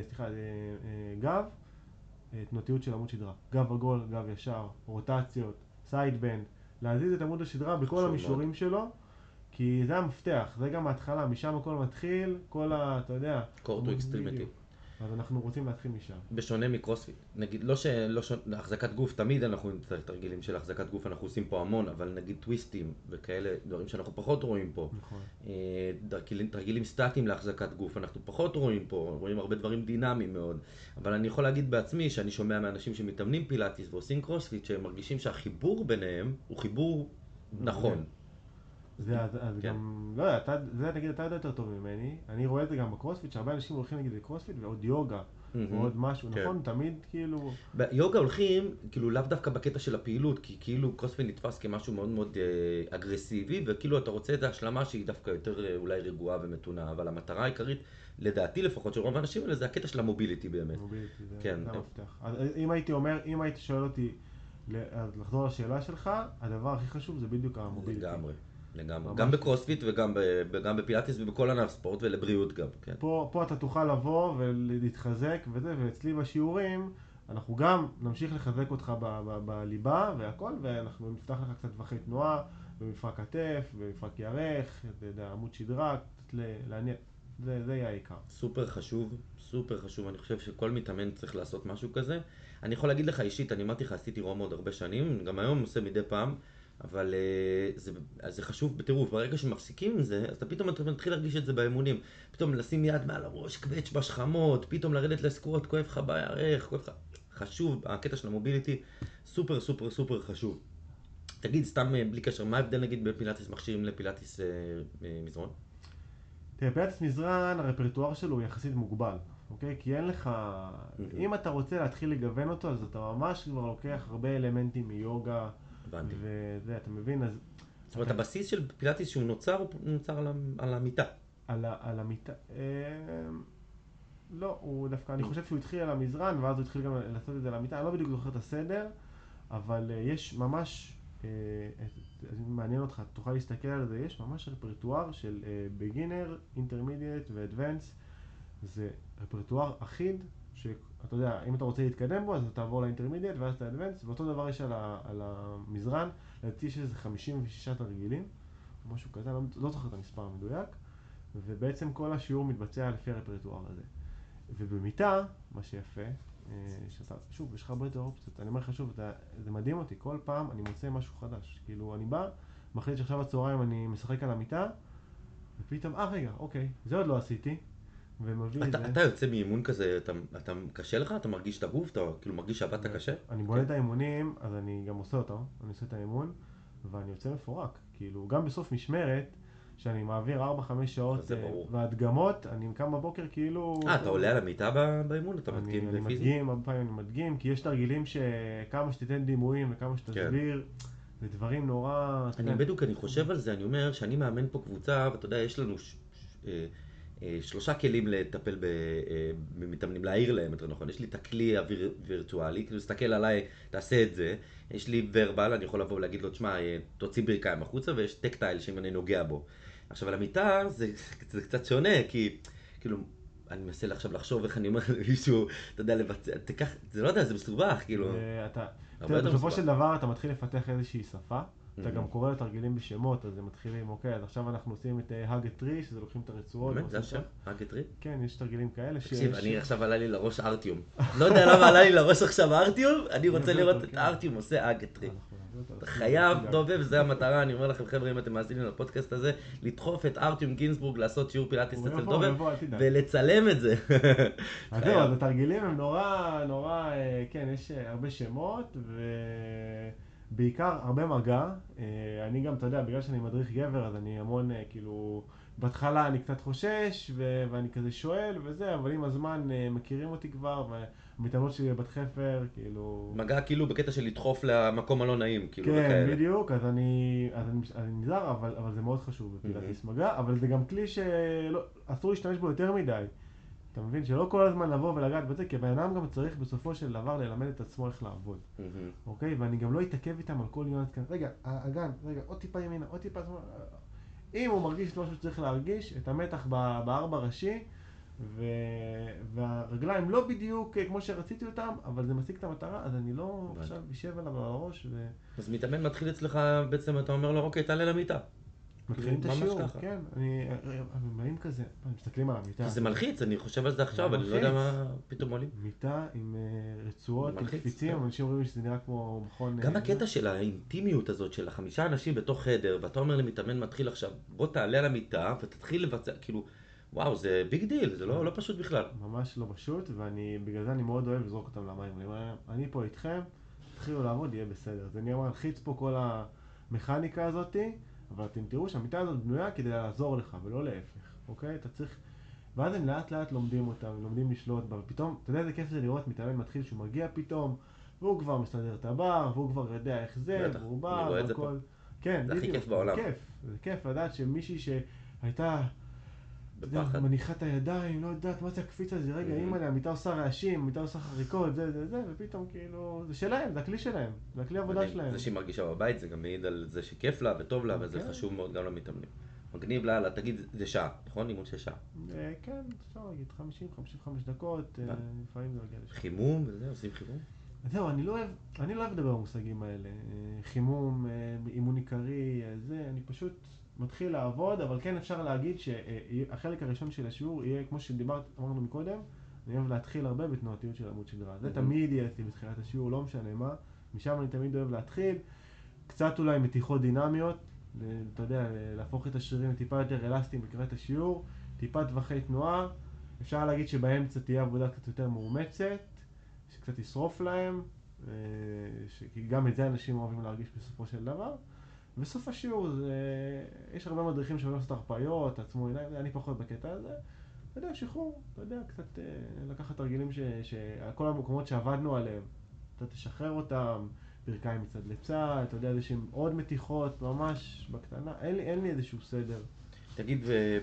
גב, תנועתיות של עמוד שדרה. גב עגול, גב ישר, רוטציות, סיידבנד, להזיז את עמוד השדרה בכל המישורים שלו, כי זה המפתח, זה גם ההתחלה, משם הכל מתחיל, אתה יודע... קורטו אקסטרימיטי. אז אנחנו רוצים להתחיל משם. בשונה מקרוספיט, נגיד, החזקת גוף, תמיד אנחנו נצטרך תרגילים של החזקת גוף, אנחנו עושים פה המון, אבל נגיד טוויסטים וכאלה, דברים שאנחנו פחות רואים פה. נכון. תרגילים סטטיים להחזקת גוף, אנחנו פחות רואים פה, רואים הרבה דברים דינמיים מאוד. אבל אני יכול להגיד בעצמי שאני שומע מאנשים שמתאמנים פילאטיס ועושים קרוספיט, שהם מרגישים שהחיבור ביניהם הוא חיבור נכון. זה גם, לא יודע, זה נגיד אתה יודע יותר טוב ממני, אני רואה את זה גם בקרוספיט, שהרבה אנשים הולכים נגיד לקרוספיט ועוד יוגה, ועוד משהו, נכון? תמיד כאילו... ביוגה הולכים, כאילו לאו דווקא בקטע של הפעילות, כי כאילו קרוספיט נתפס כמשהו מאוד מאוד אגרסיבי, וכאילו אתה רוצה את ההשלמה שהיא דווקא יותר אולי רגועה ומתונה, אבל המטרה העיקרית, לדעתי לפחות, של רוב האנשים האלה, זה הקטע של המוביליטי באמת. מוביליטי, זה המפתח. אז אם היית שואל אותי לחזור לשאלה שלך, הדבר הכי חשוב זה בדיוק המוביליטי. לגמרי, גם בקרוספיט וגם בפילאטיס ובכל ענף ספורט ולבריאות גם, כן. פה אתה תוכל לבוא ולהתחזק וזה, ואצלי בשיעורים אנחנו גם נמשיך לחזק אותך בליבה והכל, ואנחנו נפתח לך קצת טווחי תנועה, במפרק כתף, במפרק ירך, עמוד שדרה, להניע, זה יהיה העיקר. סופר חשוב, אני חושב שכל מתאמן צריך לעשות משהו כזה. אני יכול להגיד לך אישית, אני אמרתי לך, עשיתי רום עוד הרבה שנים, גם היום עושה מדי פעם, אבל זה חשוב בטירוף, ברגע שמפסיקים עם זה, אז אתה פתאום מתחיל להרגיש את זה באימונים, פתאום לשים יד מעל הראש, קווץ' בשכמות, פתאום לרדת לסקווט, כואב לך בירך, חשוב, הקטע של המוביליטי, סופר חשוב. תגיד, סתם בלי קשר, מה ההבדל נגיד בפילאטיס מכשירים לפילאטיס מזרון? תראה, פילאטיס מזרן, הרפרטואר שלו הוא יחסית מוגבל, אוקיי? כי אין לך... אם אתה רוצה להתחיל לגוון אותו, אז אתה ממש כבר לוקח הרבה אלמנטים מיוגה. הבנתי. וזה, אתה מבין? אז... זאת אומרת, הבסיס של פילאטיס שהוא נוצר, הוא נוצר על המיטה. על המיטה... לא, הוא דווקא, אני חושב שהוא התחיל על המזרן, ואז הוא התחיל גם לעשות את זה על המיטה. אני לא בדיוק זוכר את הסדר, אבל יש ממש... מעניין אותך, תוכל להסתכל על זה, יש ממש רפרטואר של beginner, intermediate ו-advanced. זה רפרטואר אחיד, שאתה יודע, אם אתה רוצה להתקדם בו, אז אתה תעבור לאינטרמידיאט ואז אתה אדוונס, ואותו דבר יש על המזרן, לדעתי יש איזה 56 תרגילים, או משהו כזה, לא זוכר את המספר המדויק, ובעצם כל השיעור מתבצע לפי הרפרטואר הזה. ובמיטה, מה שיפה, שאתה, שוב, יש לך הרבה יותר אופציות, אני אומר לך שוב, זה מדהים אותי, כל פעם אני מוצא משהו חדש, כאילו אני בא, מחליט שעכשיו בצהריים אני משחק על המיטה, ופתאום, רגע, אוקיי, זה עוד לא עשיתי. אתה יוצא מאימון כזה, אתה קשה לך? אתה מרגיש את הגוף? אתה כאילו מרגיש שעבדת קשה? אני בונה את האימונים, אז אני גם עושה אותו, אני עושה את האימון, ואני יוצא מפורק. כאילו, גם בסוף משמרת, שאני מעביר 4-5 שעות והדגמות, אני קם בבוקר כאילו... אתה עולה על המיטה באימון? אתה מדגים בפיזי? אני מדגים, הרבה פעמים אני מדגים, כי יש תרגילים שכמה שתיתן דימויים וכמה שתסביר, זה דברים נורא... בדיוק, אני חושב על זה, אני אומר שאני מאמן פה קבוצה, ואתה יודע, יש לנו 3 כלים לטפל במתאמנים, להעיר להם, יותר נכון. יש לי את הכלי הווירטואלי, כאילו להסתכל עליי, תעשה את זה. יש לי ורבל, אני יכול לבוא ולהגיד לו, תשמע, תוציא ברכיים החוצה, ויש טקטייל שאם אני נוגע בו. עכשיו, על המיטה זה קצת שונה, כי כאילו, אני מנסה עכשיו לחשוב איך אני אומר למישהו, אתה יודע, לבצע, זה לא יודע, זה מסובך, כאילו. בסופו של דבר אתה מתחיל לפתח איזושהי שפה. אתה גם קורא לתרגילים בשמות, אז הם מתחילים, אוקיי, אז עכשיו אנחנו עושים את Hug a Tree, שזה לוקחים את הרצועות. באמת? זה השם? Hug a Tree? כן, יש תרגלים כאלה. תקשיב, אני עכשיו עלה לי לראש ארטיום. לא יודע למה עלה לי לראש עכשיו ארטיום, אני רוצה לראות את ארטיום עושה Hug a Tree. אתה חייב, וזו המטרה, אני אומר לכם, חבר'ה, אם אתם מאזינים לפודקאסט הזה, לדחוף את ארטיום גינסבורג לעשות שיעור פילאטיס אצל דובר, ולצלם את זה. אז זהו, אז התרגילים הם נורא, כן, יש הרבה שמות, בעיקר הרבה מגע. אני גם, אתה יודע, בגלל שאני מדריך גבר, אז אני המון, כאילו, בהתחלה אני קצת חושש, ואני כזה שואל וזה, אבל עם הזמן מכירים אותי כבר, והמתאמנות שלי בבת חפר, כאילו... מגע כאילו בקטע של לדחוף למקום הלא נעים, כאילו, כן, וכאלה. בדיוק, אז אני נזהר, אבל זה מאוד חשוב בפילאטיס מגע, אבל זה גם כלי שאסור להשתמש בו יותר מדי. אתה מבין שלא כל הזמן לבוא ולגעת בזה, כי הבן אדם גם צריך בסופו של דבר ללמד את עצמו איך לעבוד. אוקיי? ואני גם לא אתעכב איתם על כל יונט כאן. רגע, אגן, עוד טיפה ימינה, עוד טיפה שמאלה. אם הוא מרגיש את מה שהוא צריך להרגיש, את המתח בארבע ראשי, והרגליים לא בדיוק כמו שרציתי אותם, אבל זה משיג את המטרה, אז אני לא עכשיו ישב עליו על הראש. אז מתאמן מתחיל אצלך, בעצם אתה אומר לו, אוקיי, תעלה למיטה. מתחילים את השיעור, כן, הם כזה, מסתכלים על המיטה. זה מלחיץ, אני חושב על זה עכשיו, אני לא יודע מה פתאום עולים. מיטה עם רצועות, עם קפיצים, אנשים אומרים שזה נראה כמו מכון... גם הקטע של האינטימיות הזאת של 5 אנשים בתוך חדר, ואתה אומר למתאמן מתחיל עכשיו, בוא תעלה על המיטה ותתחיל לבצע, כאילו, וואו, זה ביג דיל, זה לא פשוט בכלל. ממש לא פשוט, ובגלל זה אני מאוד אוהב לזרוק אותם למים. אני פה איתכם, תתחילו לעבוד, יהיה בסדר. זה נראה מלחיץ פה כל המכניקה הזאתי, אבל אתם תראו שהמיטה הזאת בנויה כדי לעזור לך, ולא להפך, אוקיי? אתה צריך... ואז הם לאט לאט לומדים אותם, לומדים לשלוט בה, ופתאום, אתה יודע איזה כיף זה לראות מתאמן מתחיל שהוא מגיע פתאום, והוא כבר מסתדר את הבר, והוא כבר יודע איך זה, והוא בא, והכל... כן, זה הכי כיף בעולם. זה כיף לדעת שמישהי שהייתה... מניחה את הידיים, לא יודעת מה זה הקפיץ הזה, רגע, אימא לה, המיטה עושה רעשים, המיטה עושה חריקות, זה, ופתאום כאילו, זה שלהם, זה הכלי שלהם, זה הכלי עבודה שלהם. זה שהיא מרגישה בבית, זה גם מעיד על זה שכיף לה וטוב לה, וזה חשוב מאוד גם למתאמנים. מגניב לה, תגיד, זה שעה, נכון? אימון של שעה. כן, אפשר להגיד, 50-55 דקות, לפעמים זה מגיע לשעה. חימום וזה, עושים חימום? זהו, אני לא אוהב לדבר במושגים האלה, חימום, אימון עיקרי, זה, אני פשוט... מתחיל לעבוד, אבל כן אפשר להגיד שהחלק הראשון של השיעור יהיה, כמו שאמרנו מקודם, אני אוהב להתחיל הרבה בתנועתיות של עמוד שדרה. זה תמיד יהיה אצלי בתחילת השיעור, לא משנה מה. משם אני תמיד אוהב להתחיל. קצת אולי מתיחות דינמיות, אתה יודע, להפוך את השרירים טיפה יותר אלסטיים בקראת השיעור, טיפה טווחי תנועה. אפשר להגיד שבאמצע תהיה עבודה קצת יותר מאומצת, שקצת ישרוף להם, כי גם את זה אנשים אוהבים להרגיש בסופו של דבר. בסוף השיעור יש הרבה מדריכים שאוהבים לעשות הרפאיות, עצמו עיניים, אני פחות בקטע הזה. אתה יודע, שחרור, אתה יודע, קצת לקחת תרגילים כל המקומות שעבדנו עליהם, אתה תשחרר אותם, ברכיים מצד לצד, אתה יודע, איזשהם עוד מתיחות, ממש בקטנה, אין לי איזשהו סדר. תגיד,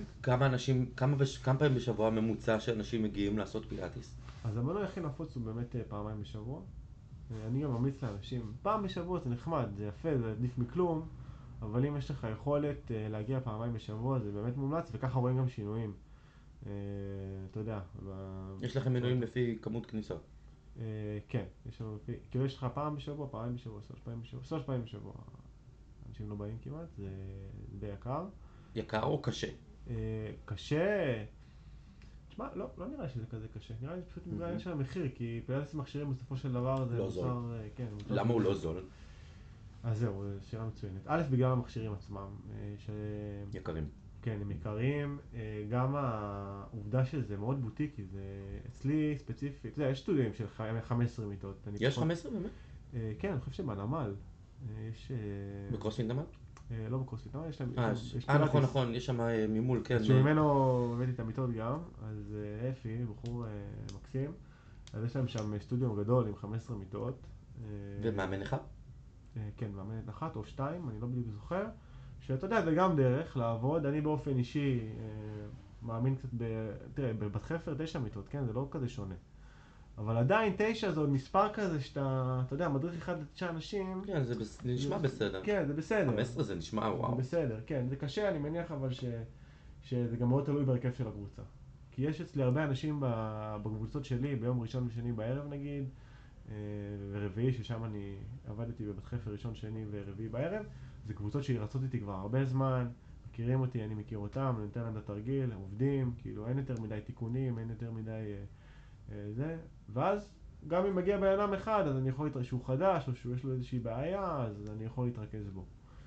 כמה פעמים בשבוע הממוצע שאנשים מגיעים לעשות פילאטיס? אז המנוי הכי נפוץ הוא באמת פעמיים בשבוע. אני גם ממליץ לאנשים, פעם בשבוע זה נחמד, זה יפה, זה עדיף מכלום, אבל אם יש לך יכולת להגיע פעמיים בשבוע זה באמת מומלץ, וככה רואים גם שינויים. אתה יודע. יש לכם מנויים לפי כמות כניסות? כן, יש לנו לפי, כאילו יש לך פעם בשבוע, פעמיים בשבוע, 3 פעמים בשבוע. אנשים לא באים כמעט, זה די יקר. יקר או קשה? קשה. תשמע, לא נראה שזה כזה קשה, נראה לי פשוט בעניין של המחיר, כי פילאטיס מכשירים בסופו של דבר זה לא זול. מוצר, כן. למה הוא לא זול? אז זהו, שאלה מצוינת. א', בגלל המכשירים עצמם, יקרים. כן, הם יקרים, גם העובדה שזה מאוד בוטיקי, זה אצלי ספציפית, אתה יודע, יש סטודיו של 15 מיטות. יש 15 באמת? כן, אני חושב שבנמל, יש... בקרוספינט נמל? לא בקרוספינט נמל, יש להם... נכון, יש שם ממול, כן. שממנו הבאתי את המיטות גם, אז אפי, בחור מקסים, אז יש להם שם סטודיו גדול עם 15 מיטות. ומאמן אחד? כן, מאמנת אחת או שתיים, אני לא בדיוק זוכר. שאתה יודע, זה גם דרך לעבוד. אני באופן אישי מאמין קצת תראה, בבת חפר 9 מיטות, כן? זה לא כזה שונה. אבל עדיין 9 זה עוד מספר כזה שאתה יודע, מדריך אחד ל9 אנשים. כן, זה נשמע בסדר. כן, זה בסדר. 15 זה נשמע וואו. זה בסדר, כן. זה קשה, אני מניח אבל שזה גם מאוד תלוי בהרכב של הקבוצה. כי יש אצלי הרבה אנשים בקבוצות שלי, ביום ראשון ושני בערב נגיד, ורביעי, ששם אני עבדתי בבת חפר ראשון, שני ורביעי בערב. זה קבוצות שרצות איתי כבר הרבה זמן, מכירים אותי, אני מכיר אותם, אני נותן להם את התרגיל, הם עובדים, כאילו אין יותר מדי תיקונים, אין יותר מדי זה, ואז גם אם מגיע בן אדם אחד, אז אני יכול להתרכז, שהוא חדש, או שיש לו איזושהי בעיה, אז אני יכול להתרכז בו.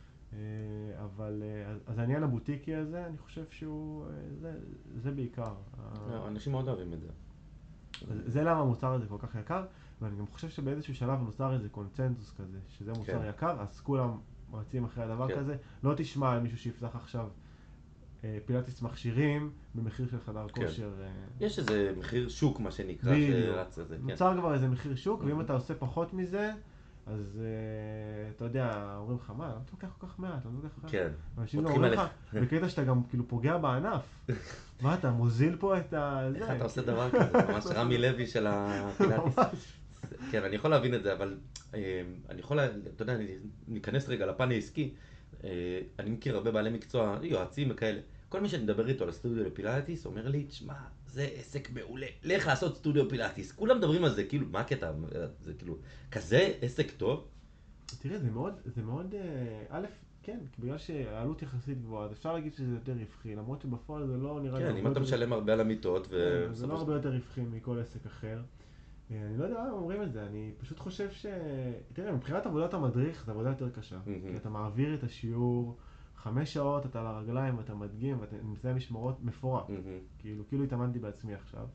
אבל, אז העניין הבוטיקי הזה, אני חושב שהוא, זה בעיקר. אנשים מאוד אוהבים את זה. זה למה המוצר הזה כל כך יקר, ואני גם חושב שבאיזשהו שלב נוצר איזה קונצנזוס כזה, שזה מוצר יקר, אז כולם רצים אחרי הדבר כזה. לא תשמע על מישהו שיפתח עכשיו פילאטיס מכשירים במחיר של חדר כושר. יש איזה מחיר שוק, מה שנקרא, שרץ לזה. נוצר כבר איזה מחיר שוק, ואם אתה עושה פחות מזה, אז אתה יודע, אומרים לך, מה, אתה לוקח כל כך מעט, אתה לוקח כל כך... כן, אנשים לא אומרים לך, בקטע שאתה גם כאילו פוגע בענף. מה, אתה מוזיל פה את ה... איך אתה עושה דבר כזה? ממש רמי לוי של הפילאטיס. כן, אני יכול להבין את זה, אבל אני יכול, אתה יודע, ניכנס רגע לפן העסקי. אני מכיר הרבה בעלי מקצוע, יועצים וכאלה. כל מי שאני מדבר איתו על הסטודיו לפילאטיס אומר לי, תשמע, זה עסק מעולה, לך לעשות סטודיו פילאטיס. כולם מדברים על זה, כאילו, מה הקטע? זה כאילו, כזה עסק טוב? תראה, זה מאוד, א', כן, בגלל שהעלות יחסית גבוהה, אז אפשר להגיד שזה יותר רווחי, למרות שבפועל זה לא נראה לי... כן, אם אתה משלם הרבה על המיטות זה לא הרבה יותר רווחי מכל עסק אחר. אני לא יודע למה אומרים את זה, אני פשוט חושב תראה, מבחינת עבודת המדריך זה עבודה יותר קשה. כי אתה מעביר את השיעור, 5 שעות אתה על הרגליים ואתה מדגים ואתה מסיים משמרות מפורט. כאילו התאמנתי בעצמי עכשיו.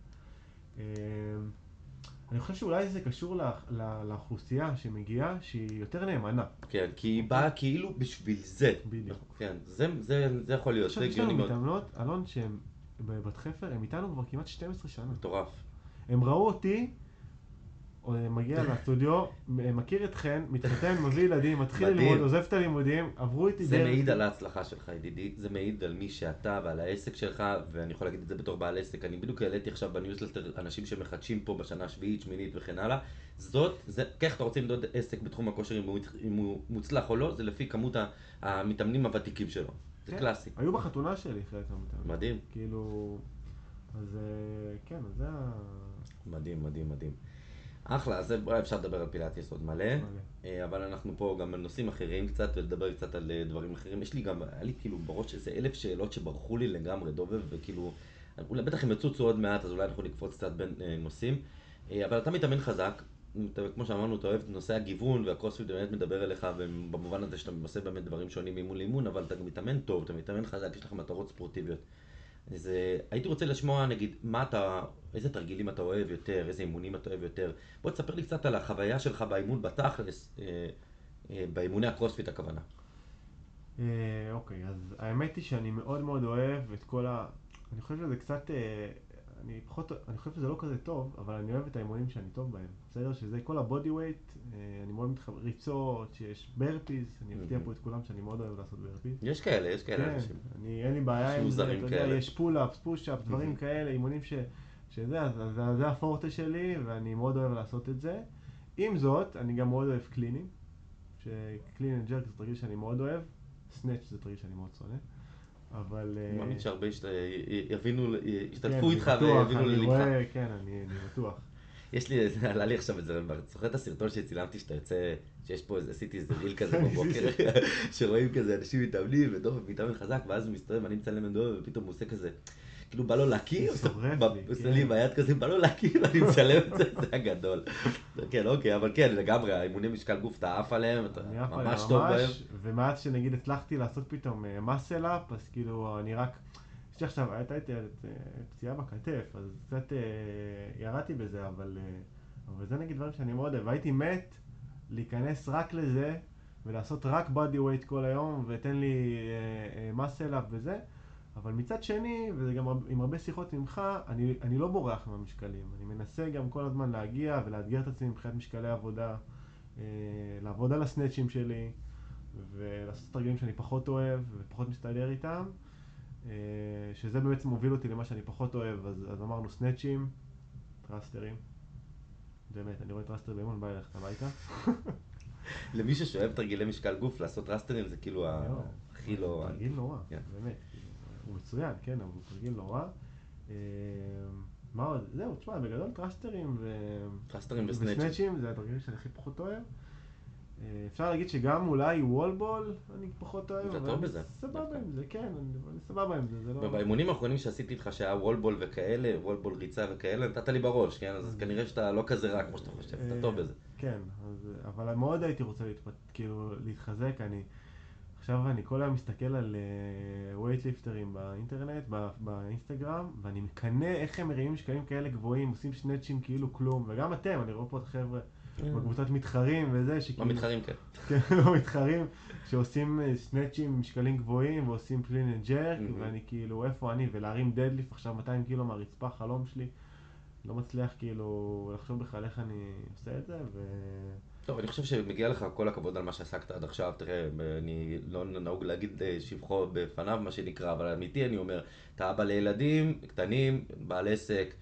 אני חושב שאולי זה קשור לאוכלוסייה שמגיעה שהיא יותר נאמנה. כן, כי היא באה כאילו בשביל זה. בדיוק. כן, זה יכול להיות. עכשיו יש לנו מתאמנות, אלון, שהם בבת חפר, הם איתנו כבר כמעט 12 שנה. מטורף. הם ראו אותי, מגיע לסטודיו, מכיר אתכן, מתחתן, מביא ילדים, מתחיל ללמוד, עוזב את הלימודים, עברו איתי זה מעיד על ההצלחה שלך, ידידי, זה מעיד על מי שאתה ועל העסק שלך, ואני יכול להגיד את זה בתור בעל עסק. אני בדיוק העליתי עכשיו בניוזלטר אנשים שמחדשים פה בשנה השביעית, שמינית וכן הלאה. כך אתה רוצה למדוד עסק בתחום הכושר, אם הוא מוצלח או לא, זה לפי כמות המתאמנים הוותיקים שלו. זה קלאסי. היו בחתונה שלי חלק מהמתאמנים. מדהים. כאילו, אז כן, אז זה מדהים, מדהים, מדהים. אחלה, אז אפשר לדבר על פילאטיס עוד מלא, אבל אנחנו פה גם על נושאים אחרים קצת, ולדבר קצת על דברים אחרים. היה לי כאילו בראש איזה 1000 שאלות שברחו לי לגמרי דובב, וכאילו, אולי בטח הם יצוצו עוד מעט, אז אולי אנחנו נקפוץ קצת בין נושאים. אבל אתה מתאמן חזק, כמו שאמרנו, אתה אוהב את נושא הגיוון, והקרוספיט באמת מדבר אליך, במובן הזה שאתה עושה באמת דברים שונים מאימון לאימון, אבל אתה גם מתאמן טוב, אתה מתאמן חזק, יש לך מטרות ספורטיביות. אז הייתי רוצה לשמוע, נגיד, איזה תרגילים אתה אוהב יותר, איזה אימונים אתה אוהב יותר. בוא תספר לי קצת על החוויה שלך באימון בתכלס, באימוני הקרוספיט הכוונה. אוקיי, אז האמת היא שאני מאוד מאוד אוהב את כל אני חושב שזה קצת, אני חושב שזה לא כזה טוב, אבל אני אוהב את האימונים שאני טוב בהם. בסדר? שזה כל הבודי ווייט, אני מאוד מתחבר, ריצות, שיש ברפיז, אני אפתיע פה את כולם שאני מאוד אוהב לעשות ברפיז. יש כאלה כן, אנשים. אין לי בעיה עם זה, מוזרים אתה יודע, כאלה. יש פול-אפס, פוש-אפ, דברים כאלה, אימונים שזה, אז זה הפורטה שלי, ואני מאוד אוהב לעשות את זה. עם זאת, אני גם מאוד אוהב קלינים, שקלין אנד ג'רק זה תרגיל שאני מאוד אוהב, סנאץ' זה תרגיל שאני מאוד שונא, אבל... אני מאמין שהרבה ישתתפו כן, אני איתך בטוח, ויבינו אני ללבך. רואה, כן, אני בטוח. יש לי, עלה לי עכשיו את זה, זוכר את הסרטון שצילמתי שאתה יוצא, שיש פה עשיתי איזה ריל כזה בבוקר, שרואים כזה אנשים מתאמנים, ודוב מתאמן חזק, ואז הוא מסתובב, אני מצלם את דוב, ופתאום הוא עושה כזה, כאילו בא לו להקיא, עושה לי ביד כזה, בא לו להקיא, ואני מצלם את זה, זה הגדול. כן, אוקיי, אבל כן, לגמרי, האימוני משקל גוף, אתה עף עליהם, אתה ממש טוב בהם. ומאז שנגיד הצלחתי לעשות פתאום מסל-אפ, אז כאילו אני רק... יש לי עכשיו, הייתה פציעה בכתף, אז קצת ירדתי בזה, אבל זה נגיד דברים שאני מאוד אוהב. הייתי מת להיכנס רק לזה, ולעשות רק body weight כל היום, ותן לי מסל-אפ וזה. אבל מצד שני, וזה גם עם הרבה שיחות ממך, אני לא בורח מהמשקלים. אני מנסה גם כל הזמן להגיע ולאתגר את עצמי מבחינת משקלי עבודה, לעבוד על הסנאצ'ים שלי, ולעשות תרגילים שאני פחות אוהב ופחות מסתדר איתם, שזה בעצם מוביל אותי למה שאני פחות אוהב. אז אמרנו סנאצ'ים, טרסטרים. באמת, אני רואה טרסטר באימון, בא אלך הביתה. למי ששואב תרגילי משקל גוף, לעשות טרסטרים זה כאילו הכי לא... תרגיל נורא, באמת. הוא מצוין, כן, אבל הוא תרגיל נורא. מה עוד? זהו, תשמע, בגדול טרסטרים וסנאצ'ים זה התרגילים שאני הכי פחות אוהב. אפשר להגיד שגם אולי וולבול אני פחות אוהב, אתה טוב בזה. סבבה עם זה, כן, אני סבבה עם זה, זה לא... ובאימונים האחרונים שעשיתי איתך שהיה וולבול וכאלה, וולבול ריצה וכאלה, נתת לי בראש, כן? אז כנראה שאתה לא כזה רע כמו שאתה חושב, אתה טוב בזה. כן, אבל מאוד הייתי רוצה להתחזק, עכשיו אני כל היום מסתכל על ווייטליפטרים באינטרנט, באינסטגרם, ואני מקנא איך הם מרימים משקלים כאלה גבוהים, עושים סנאצ'ים כאילו כלום, וגם אתם, אני רואה פה את חבר'ה בקבוצת מתחרים וזה, לא מתחרים, כן. כן, לא מתחרים, שעושים סנאצ'ים משקלים גבוהים ועושים קלין אנד ג'רק, ואני כאילו, איפה אני? ולהרים דדליפט עכשיו 200 קילו מהרצפה, חלום שלי, לא מצליח כאילו לחשוב בכלל איך אני עושה את זה, טוב, אני חושב שמגיע לך כל הכבוד על מה שעסקת עד עכשיו. תראה, אני לא נהוג להגיד שבחו בפניו, מה שנקרא, אבל אמיתי אני אומר, אתה אבא לילדים קטנים, בעל עסק,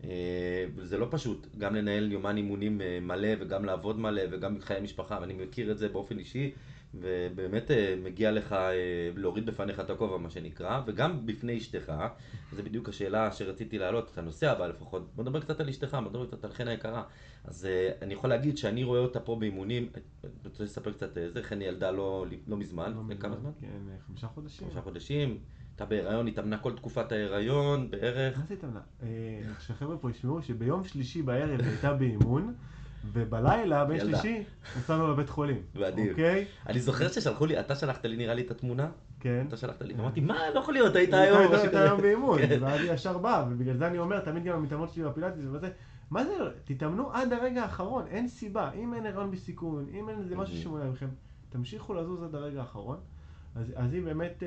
וזה לא פשוט, גם לנהל יומן אימונים מלא וגם לעבוד מלא וגם בחיי משפחה, ואני מכיר את זה באופן אישי, ובאמת מגיע לך להוריד בפניך את הכובע, מה שנקרא, וגם בפני אשתך. זה בדיוק השאלה שרציתי להעלות, אתה נוסע בה לפחות. בוא נדבר קצת על אשתך, בוא נדבר קצת על חן היקרה. אז אני יכול להגיד שאני רואה אותה פה באימונים, אני רוצה לספר קצת זה, חן ילדה לא מזמן, לפני כמה זמן? כן, 5 חודשים. 5 חודשים, הייתה בהיריון, התאמנה כל תקופת ההיריון בערך. מה זה התאמנה? שהחבר'ה פה ישמעו שביום שלישי בערב הייתה באימון, ובלילה, בין שלישי, נסענו לבית חולים. מדהים. אוקיי? אני זוכר ששלחו לי, אתה שלחת לי נראה לי את התמונה. כן. אתה שלחת לי, אמרתי, מה, לא יכול להיות, היית היום. היית היום באימון, ואז היא ישר באה, ובגלל זה אני אומר, תמיד גם המתאמנות שלי בפילאטיס וזה, מה זה, תתאמנו עד הרגע האחרון, אין סיבה, אם אין הריון בסיכון, אם אין איזה משהו שמונע מכם, תמשיכו לזוז עד הרגע האחרון. אז היא באמת,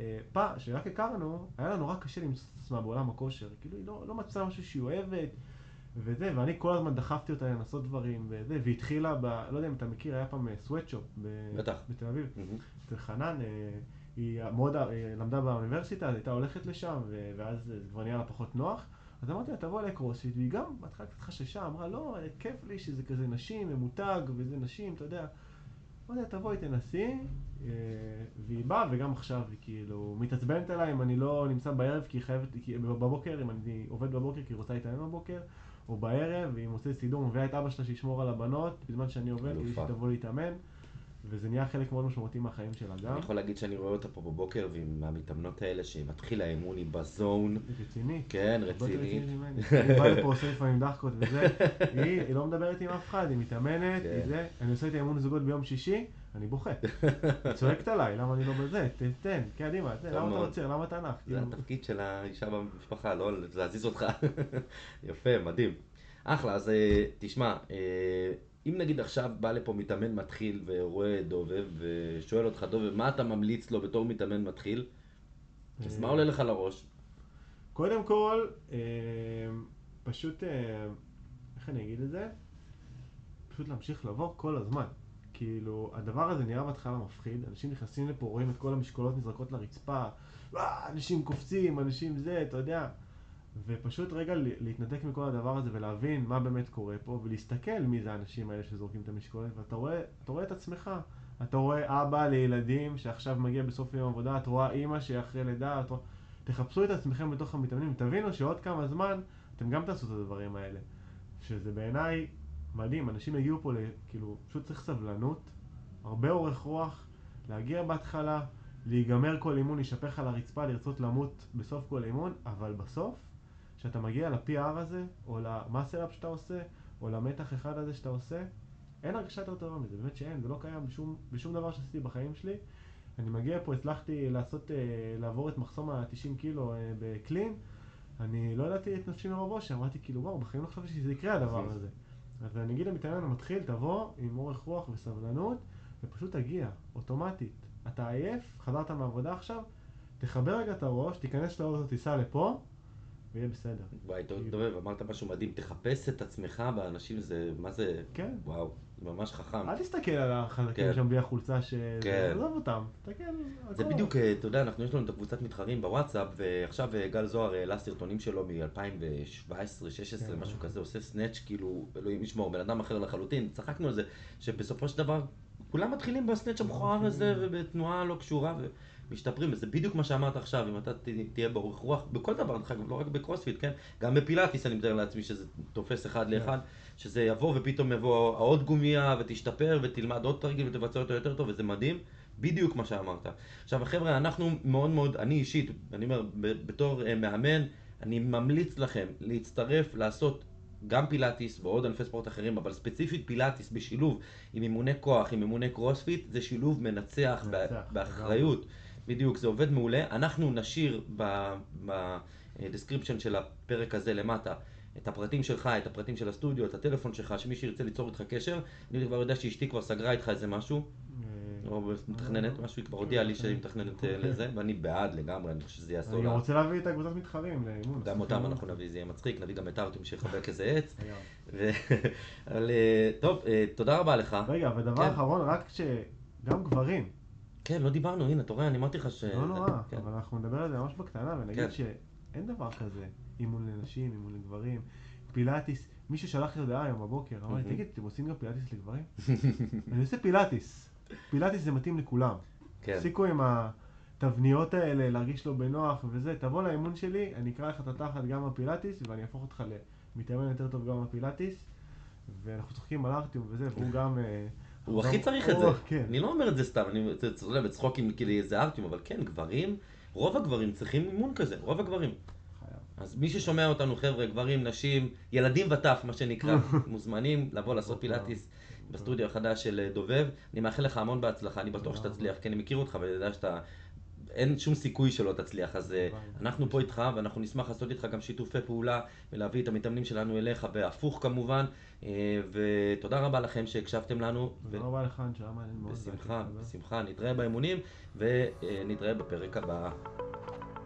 שרק הכרנו, היה לה נורא קשה למצוא את עצמה בעולם הכושר, כאילו היא לא מצאה משהו שהיא אוהבת, וזה, ואני כל הזמן דחפתי אותה לנסות דברים, וזה, והיא התחילה לא יודע אם אתה מכיר, היה פעם סוואטשופ בתל אביב, אצל חנן, היא מאוד למדה באוניברסיטה, אז הייתה הולכת לשם, ואז זה כבר נהיה לה פחות נוח, אז אמרתי לה, תבוא לקרוסיט, והיא גם בהתחלה קצת חששה, אמרה, לא, כיף לי שזה כזה נשים, ממותג, וזה נשים, אתה יודע, אמרתי לה, תבואי תנסי, והיא באה, וגם עכשיו היא כאילו מתעצבנת עליי אם אני לא נמצא בערב, כי היא חייבת, בבוקר, אם אני עובד בבוקר, כי היא רוצה להתאמן בבוקר, או בערב, והיא מוצאת סידור, מביאה את אבא שלה שישמור על הבנות, בזמן שאני עובד, כדי שתבוא להתאמן, וזה נהיה חלק מאוד משמעותי מהחיים שלה גם. אני יכול להגיד שאני רואה אותה פה בבוקר, ועם המתאמנות האלה שמתחיל האימון, היא בזון. רצינית. כן, רצינית. אני בא לפה, עושה לפעמים דחקות וזה, היא לא מדברת עם אף אחד, היא מתאמנת, אני עושה את האימון זוגות ביום שישי, אני בוכה. היא צועקת עליי, למה אני לא בזה? תן, קדימה, למה אתה עוצר, למה אתה נח? זה התפקיד של האישה במשפחה, לא להזיז אותך. יפה, מדהים. אחלה, אז תשמע, אם נגיד עכשיו בא לפה מתאמן מתחיל ורואה דובב ושואל אותך דובב, מה אתה ממליץ לו בתור מתאמן מתחיל? אז מה עולה לך לראש? קודם כל, פשוט, איך אני אגיד את זה? פשוט להמשיך לבוא כל הזמן. כאילו, הדבר הזה נראה בהתחלה מפחיד, אנשים נכנסים לפה, רואים את כל המשקולות נזרקות לרצפה, אנשים קופצים, אנשים זה, אתה יודע. ופשוט רגע להתנתק מכל הדבר הזה ולהבין מה באמת קורה פה, ולהסתכל מי זה האנשים האלה שזורקים את המשקולת, ואתה רואה את עצמך. אתה רואה אבא לילדים שעכשיו מגיע בסוף יום עבודה, אתה רואה אמא שאחרי לידה, תחפשו את עצמכם בתוך המתאמנים, תבינו שעוד כמה זמן אתם גם תעשו את הדברים האלה. שזה בעיניי מדהים, אנשים הגיעו פה, כאילו, פשוט צריך סבלנות, הרבה אורך רוח, להגיע בהתחלה, להיגמר כל אימון, להישפך על הרצפה, לרצות למות בסוף כל אימון, אבל בסוף, כשאתה מגיע ל-PR הזה, או למאסר-אפ שאתה עושה, או למתח אחד הזה שאתה עושה, אין הרגשה יותר טובה מזה, באמת שאין, זה לא קיים בשום דבר שעשיתי בחיים שלי. אני מגיע פה, הצלחתי לעבור את מחסום ה-90 קילו בקלין, אני לא ידעתי את נפשי מרוב אושר, אמרתי כאילו וואו, בחיים לא חשבתי שזה יקרה הדבר הזה. אז אני אגיד למתאמן המתחיל, תבוא עם אורך רוח וסבלנות, ופשוט תגיע, אוטומטית. אתה עייף, חזרת מהעבודה עכשיו, תחבר רגע את הראש, תיכנס לאוטו, תיסע לפה, ויהיה בסדר. וואי, דובב, אמרת משהו מדהים, תחפש את עצמך באנשים, זה, מה זה? כן. וואו, זה ממש חכם. אל תסתכל על החלקים כן. שם בלי החולצה כן. עזוב אותם, תסתכל, זה בדיוק, אתה יודע, יש לנו את הקבוצת מתחרים בוואטסאפ, ועכשיו גל זוהר העלה סרטונים שלו מ-2017-2016, כן. משהו כזה, עושה סנאץ', כאילו, אלוהים ישמור, בן אדם אחר לחלוטין, צחקנו על זה, שבסופו של דבר, כולם מתחילים בסנאץ' המכוער הזה, ובתנועה לא קשורה, ומשתפרים, וזה בדיוק מה שאמרת עכשיו, אם אתה תהיה באורך רוח, בכל דבר, לא רק בקרוספיט, כן? גם בפילאטיס אני מתאר לעצמי שזה תופס אחד לאחד, שזה יבוא ופתאום יבוא העוד גומיה ותשתפר ותלמד עוד תרגיל ותבצע אותו יותר טוב, וזה מדהים. בדיוק מה שאמרת. עכשיו החבר'ה, אנחנו מאוד מאוד, אני אישית, אני אומר, בתור מאמן, אני ממליץ לכם להצטרף, לעשות גם פילאטיס ועוד ענפי ספורט אחרים, אבל ספציפית פילאטיס בשילוב עם אימוני כוח, עם אימוני קרוספיט, זה שילוב מנצח באחריות. בדיוק, זה עובד מעולה. אנחנו נשאיר בדסקריפשן של הפרק הזה למטה את הפרטים שלך, את הפרטים של הסטודיו, את הטלפון שלך, שמי שירצה ליצור איתך קשר. אני כבר יודע שאשתי כבר סגרה איתך איזה משהו, או מתכננת משהו, היא כבר הודיעה לי שהיא מתכננת לזה, ואני בעד לגמרי, אני חושב שזה יעשור לה. אני רוצה להביא את הקבוצת מתחרים לאימון. גם אותם אנחנו נביא, זה יהיה מצחיק, נביא גם את ארטיום שיחבק איזה עץ. אבל טוב, תודה רבה לך. רגע, ודבר אחרון, רק שגם גברים. כן, לא דיברנו, הנה, אתה רואה, אני אמרתי לך ש... לא נורא, אבל אנחנו נדבר על זה ממש בקטנה, ונגיד שאין דבר כזה אימון לנשים, אימון לגברים, פילאטיס. מישהו שלח לי הודעה היום בבוקר, אמר לי, תגיד, אתם עושים גם פילאטיס לגברים? אני עושה פילאטיס. פילאטיס זה מתאים לכולם. תפסיקו עם התבניות האלה, להרגיש לו בנוח וזה. תבוא לאימון שלי, אני אקרא לך את התחת גם בפילאטיס, ואני אהפוך אותך למתאמן יותר טוב גם בפילאטיס. ואנחנו צוחקים על ארטיום וזה, והוא גם... הוא הכי צריך את זה. אני לא אומר את זה סתם, אני צוחק בצחוקים כאילו זה ארטיום, אבל כן, גברים, רוב הגברים צריכים אימון כזה, רוב הגברים. אז מי ששומע אותנו, חבר'ה, גברים, נשים, ילדים וטף, מה שנקרא, מוזמנים לבוא לעשות פילאטיס בסטודיו החדש של דובב. אני מאחל לך המון בהצלחה, אני בטוח שתצליח, כי אני מכיר אותך ואני יודע שאתה... אין שום סיכוי שלא תצליח, אז אנחנו פה איתך ואנחנו נשמח לעשות איתך גם שיתופי פעולה ולהביא את המתאמנים שלנו אליך, והפוך כמובן, ותודה רבה לכם שהקשבתם לנו. תודה רבה לך, נשאר מעניין מאוד. בשמחה, נתראה באימונים ונתראה בפרק הבא.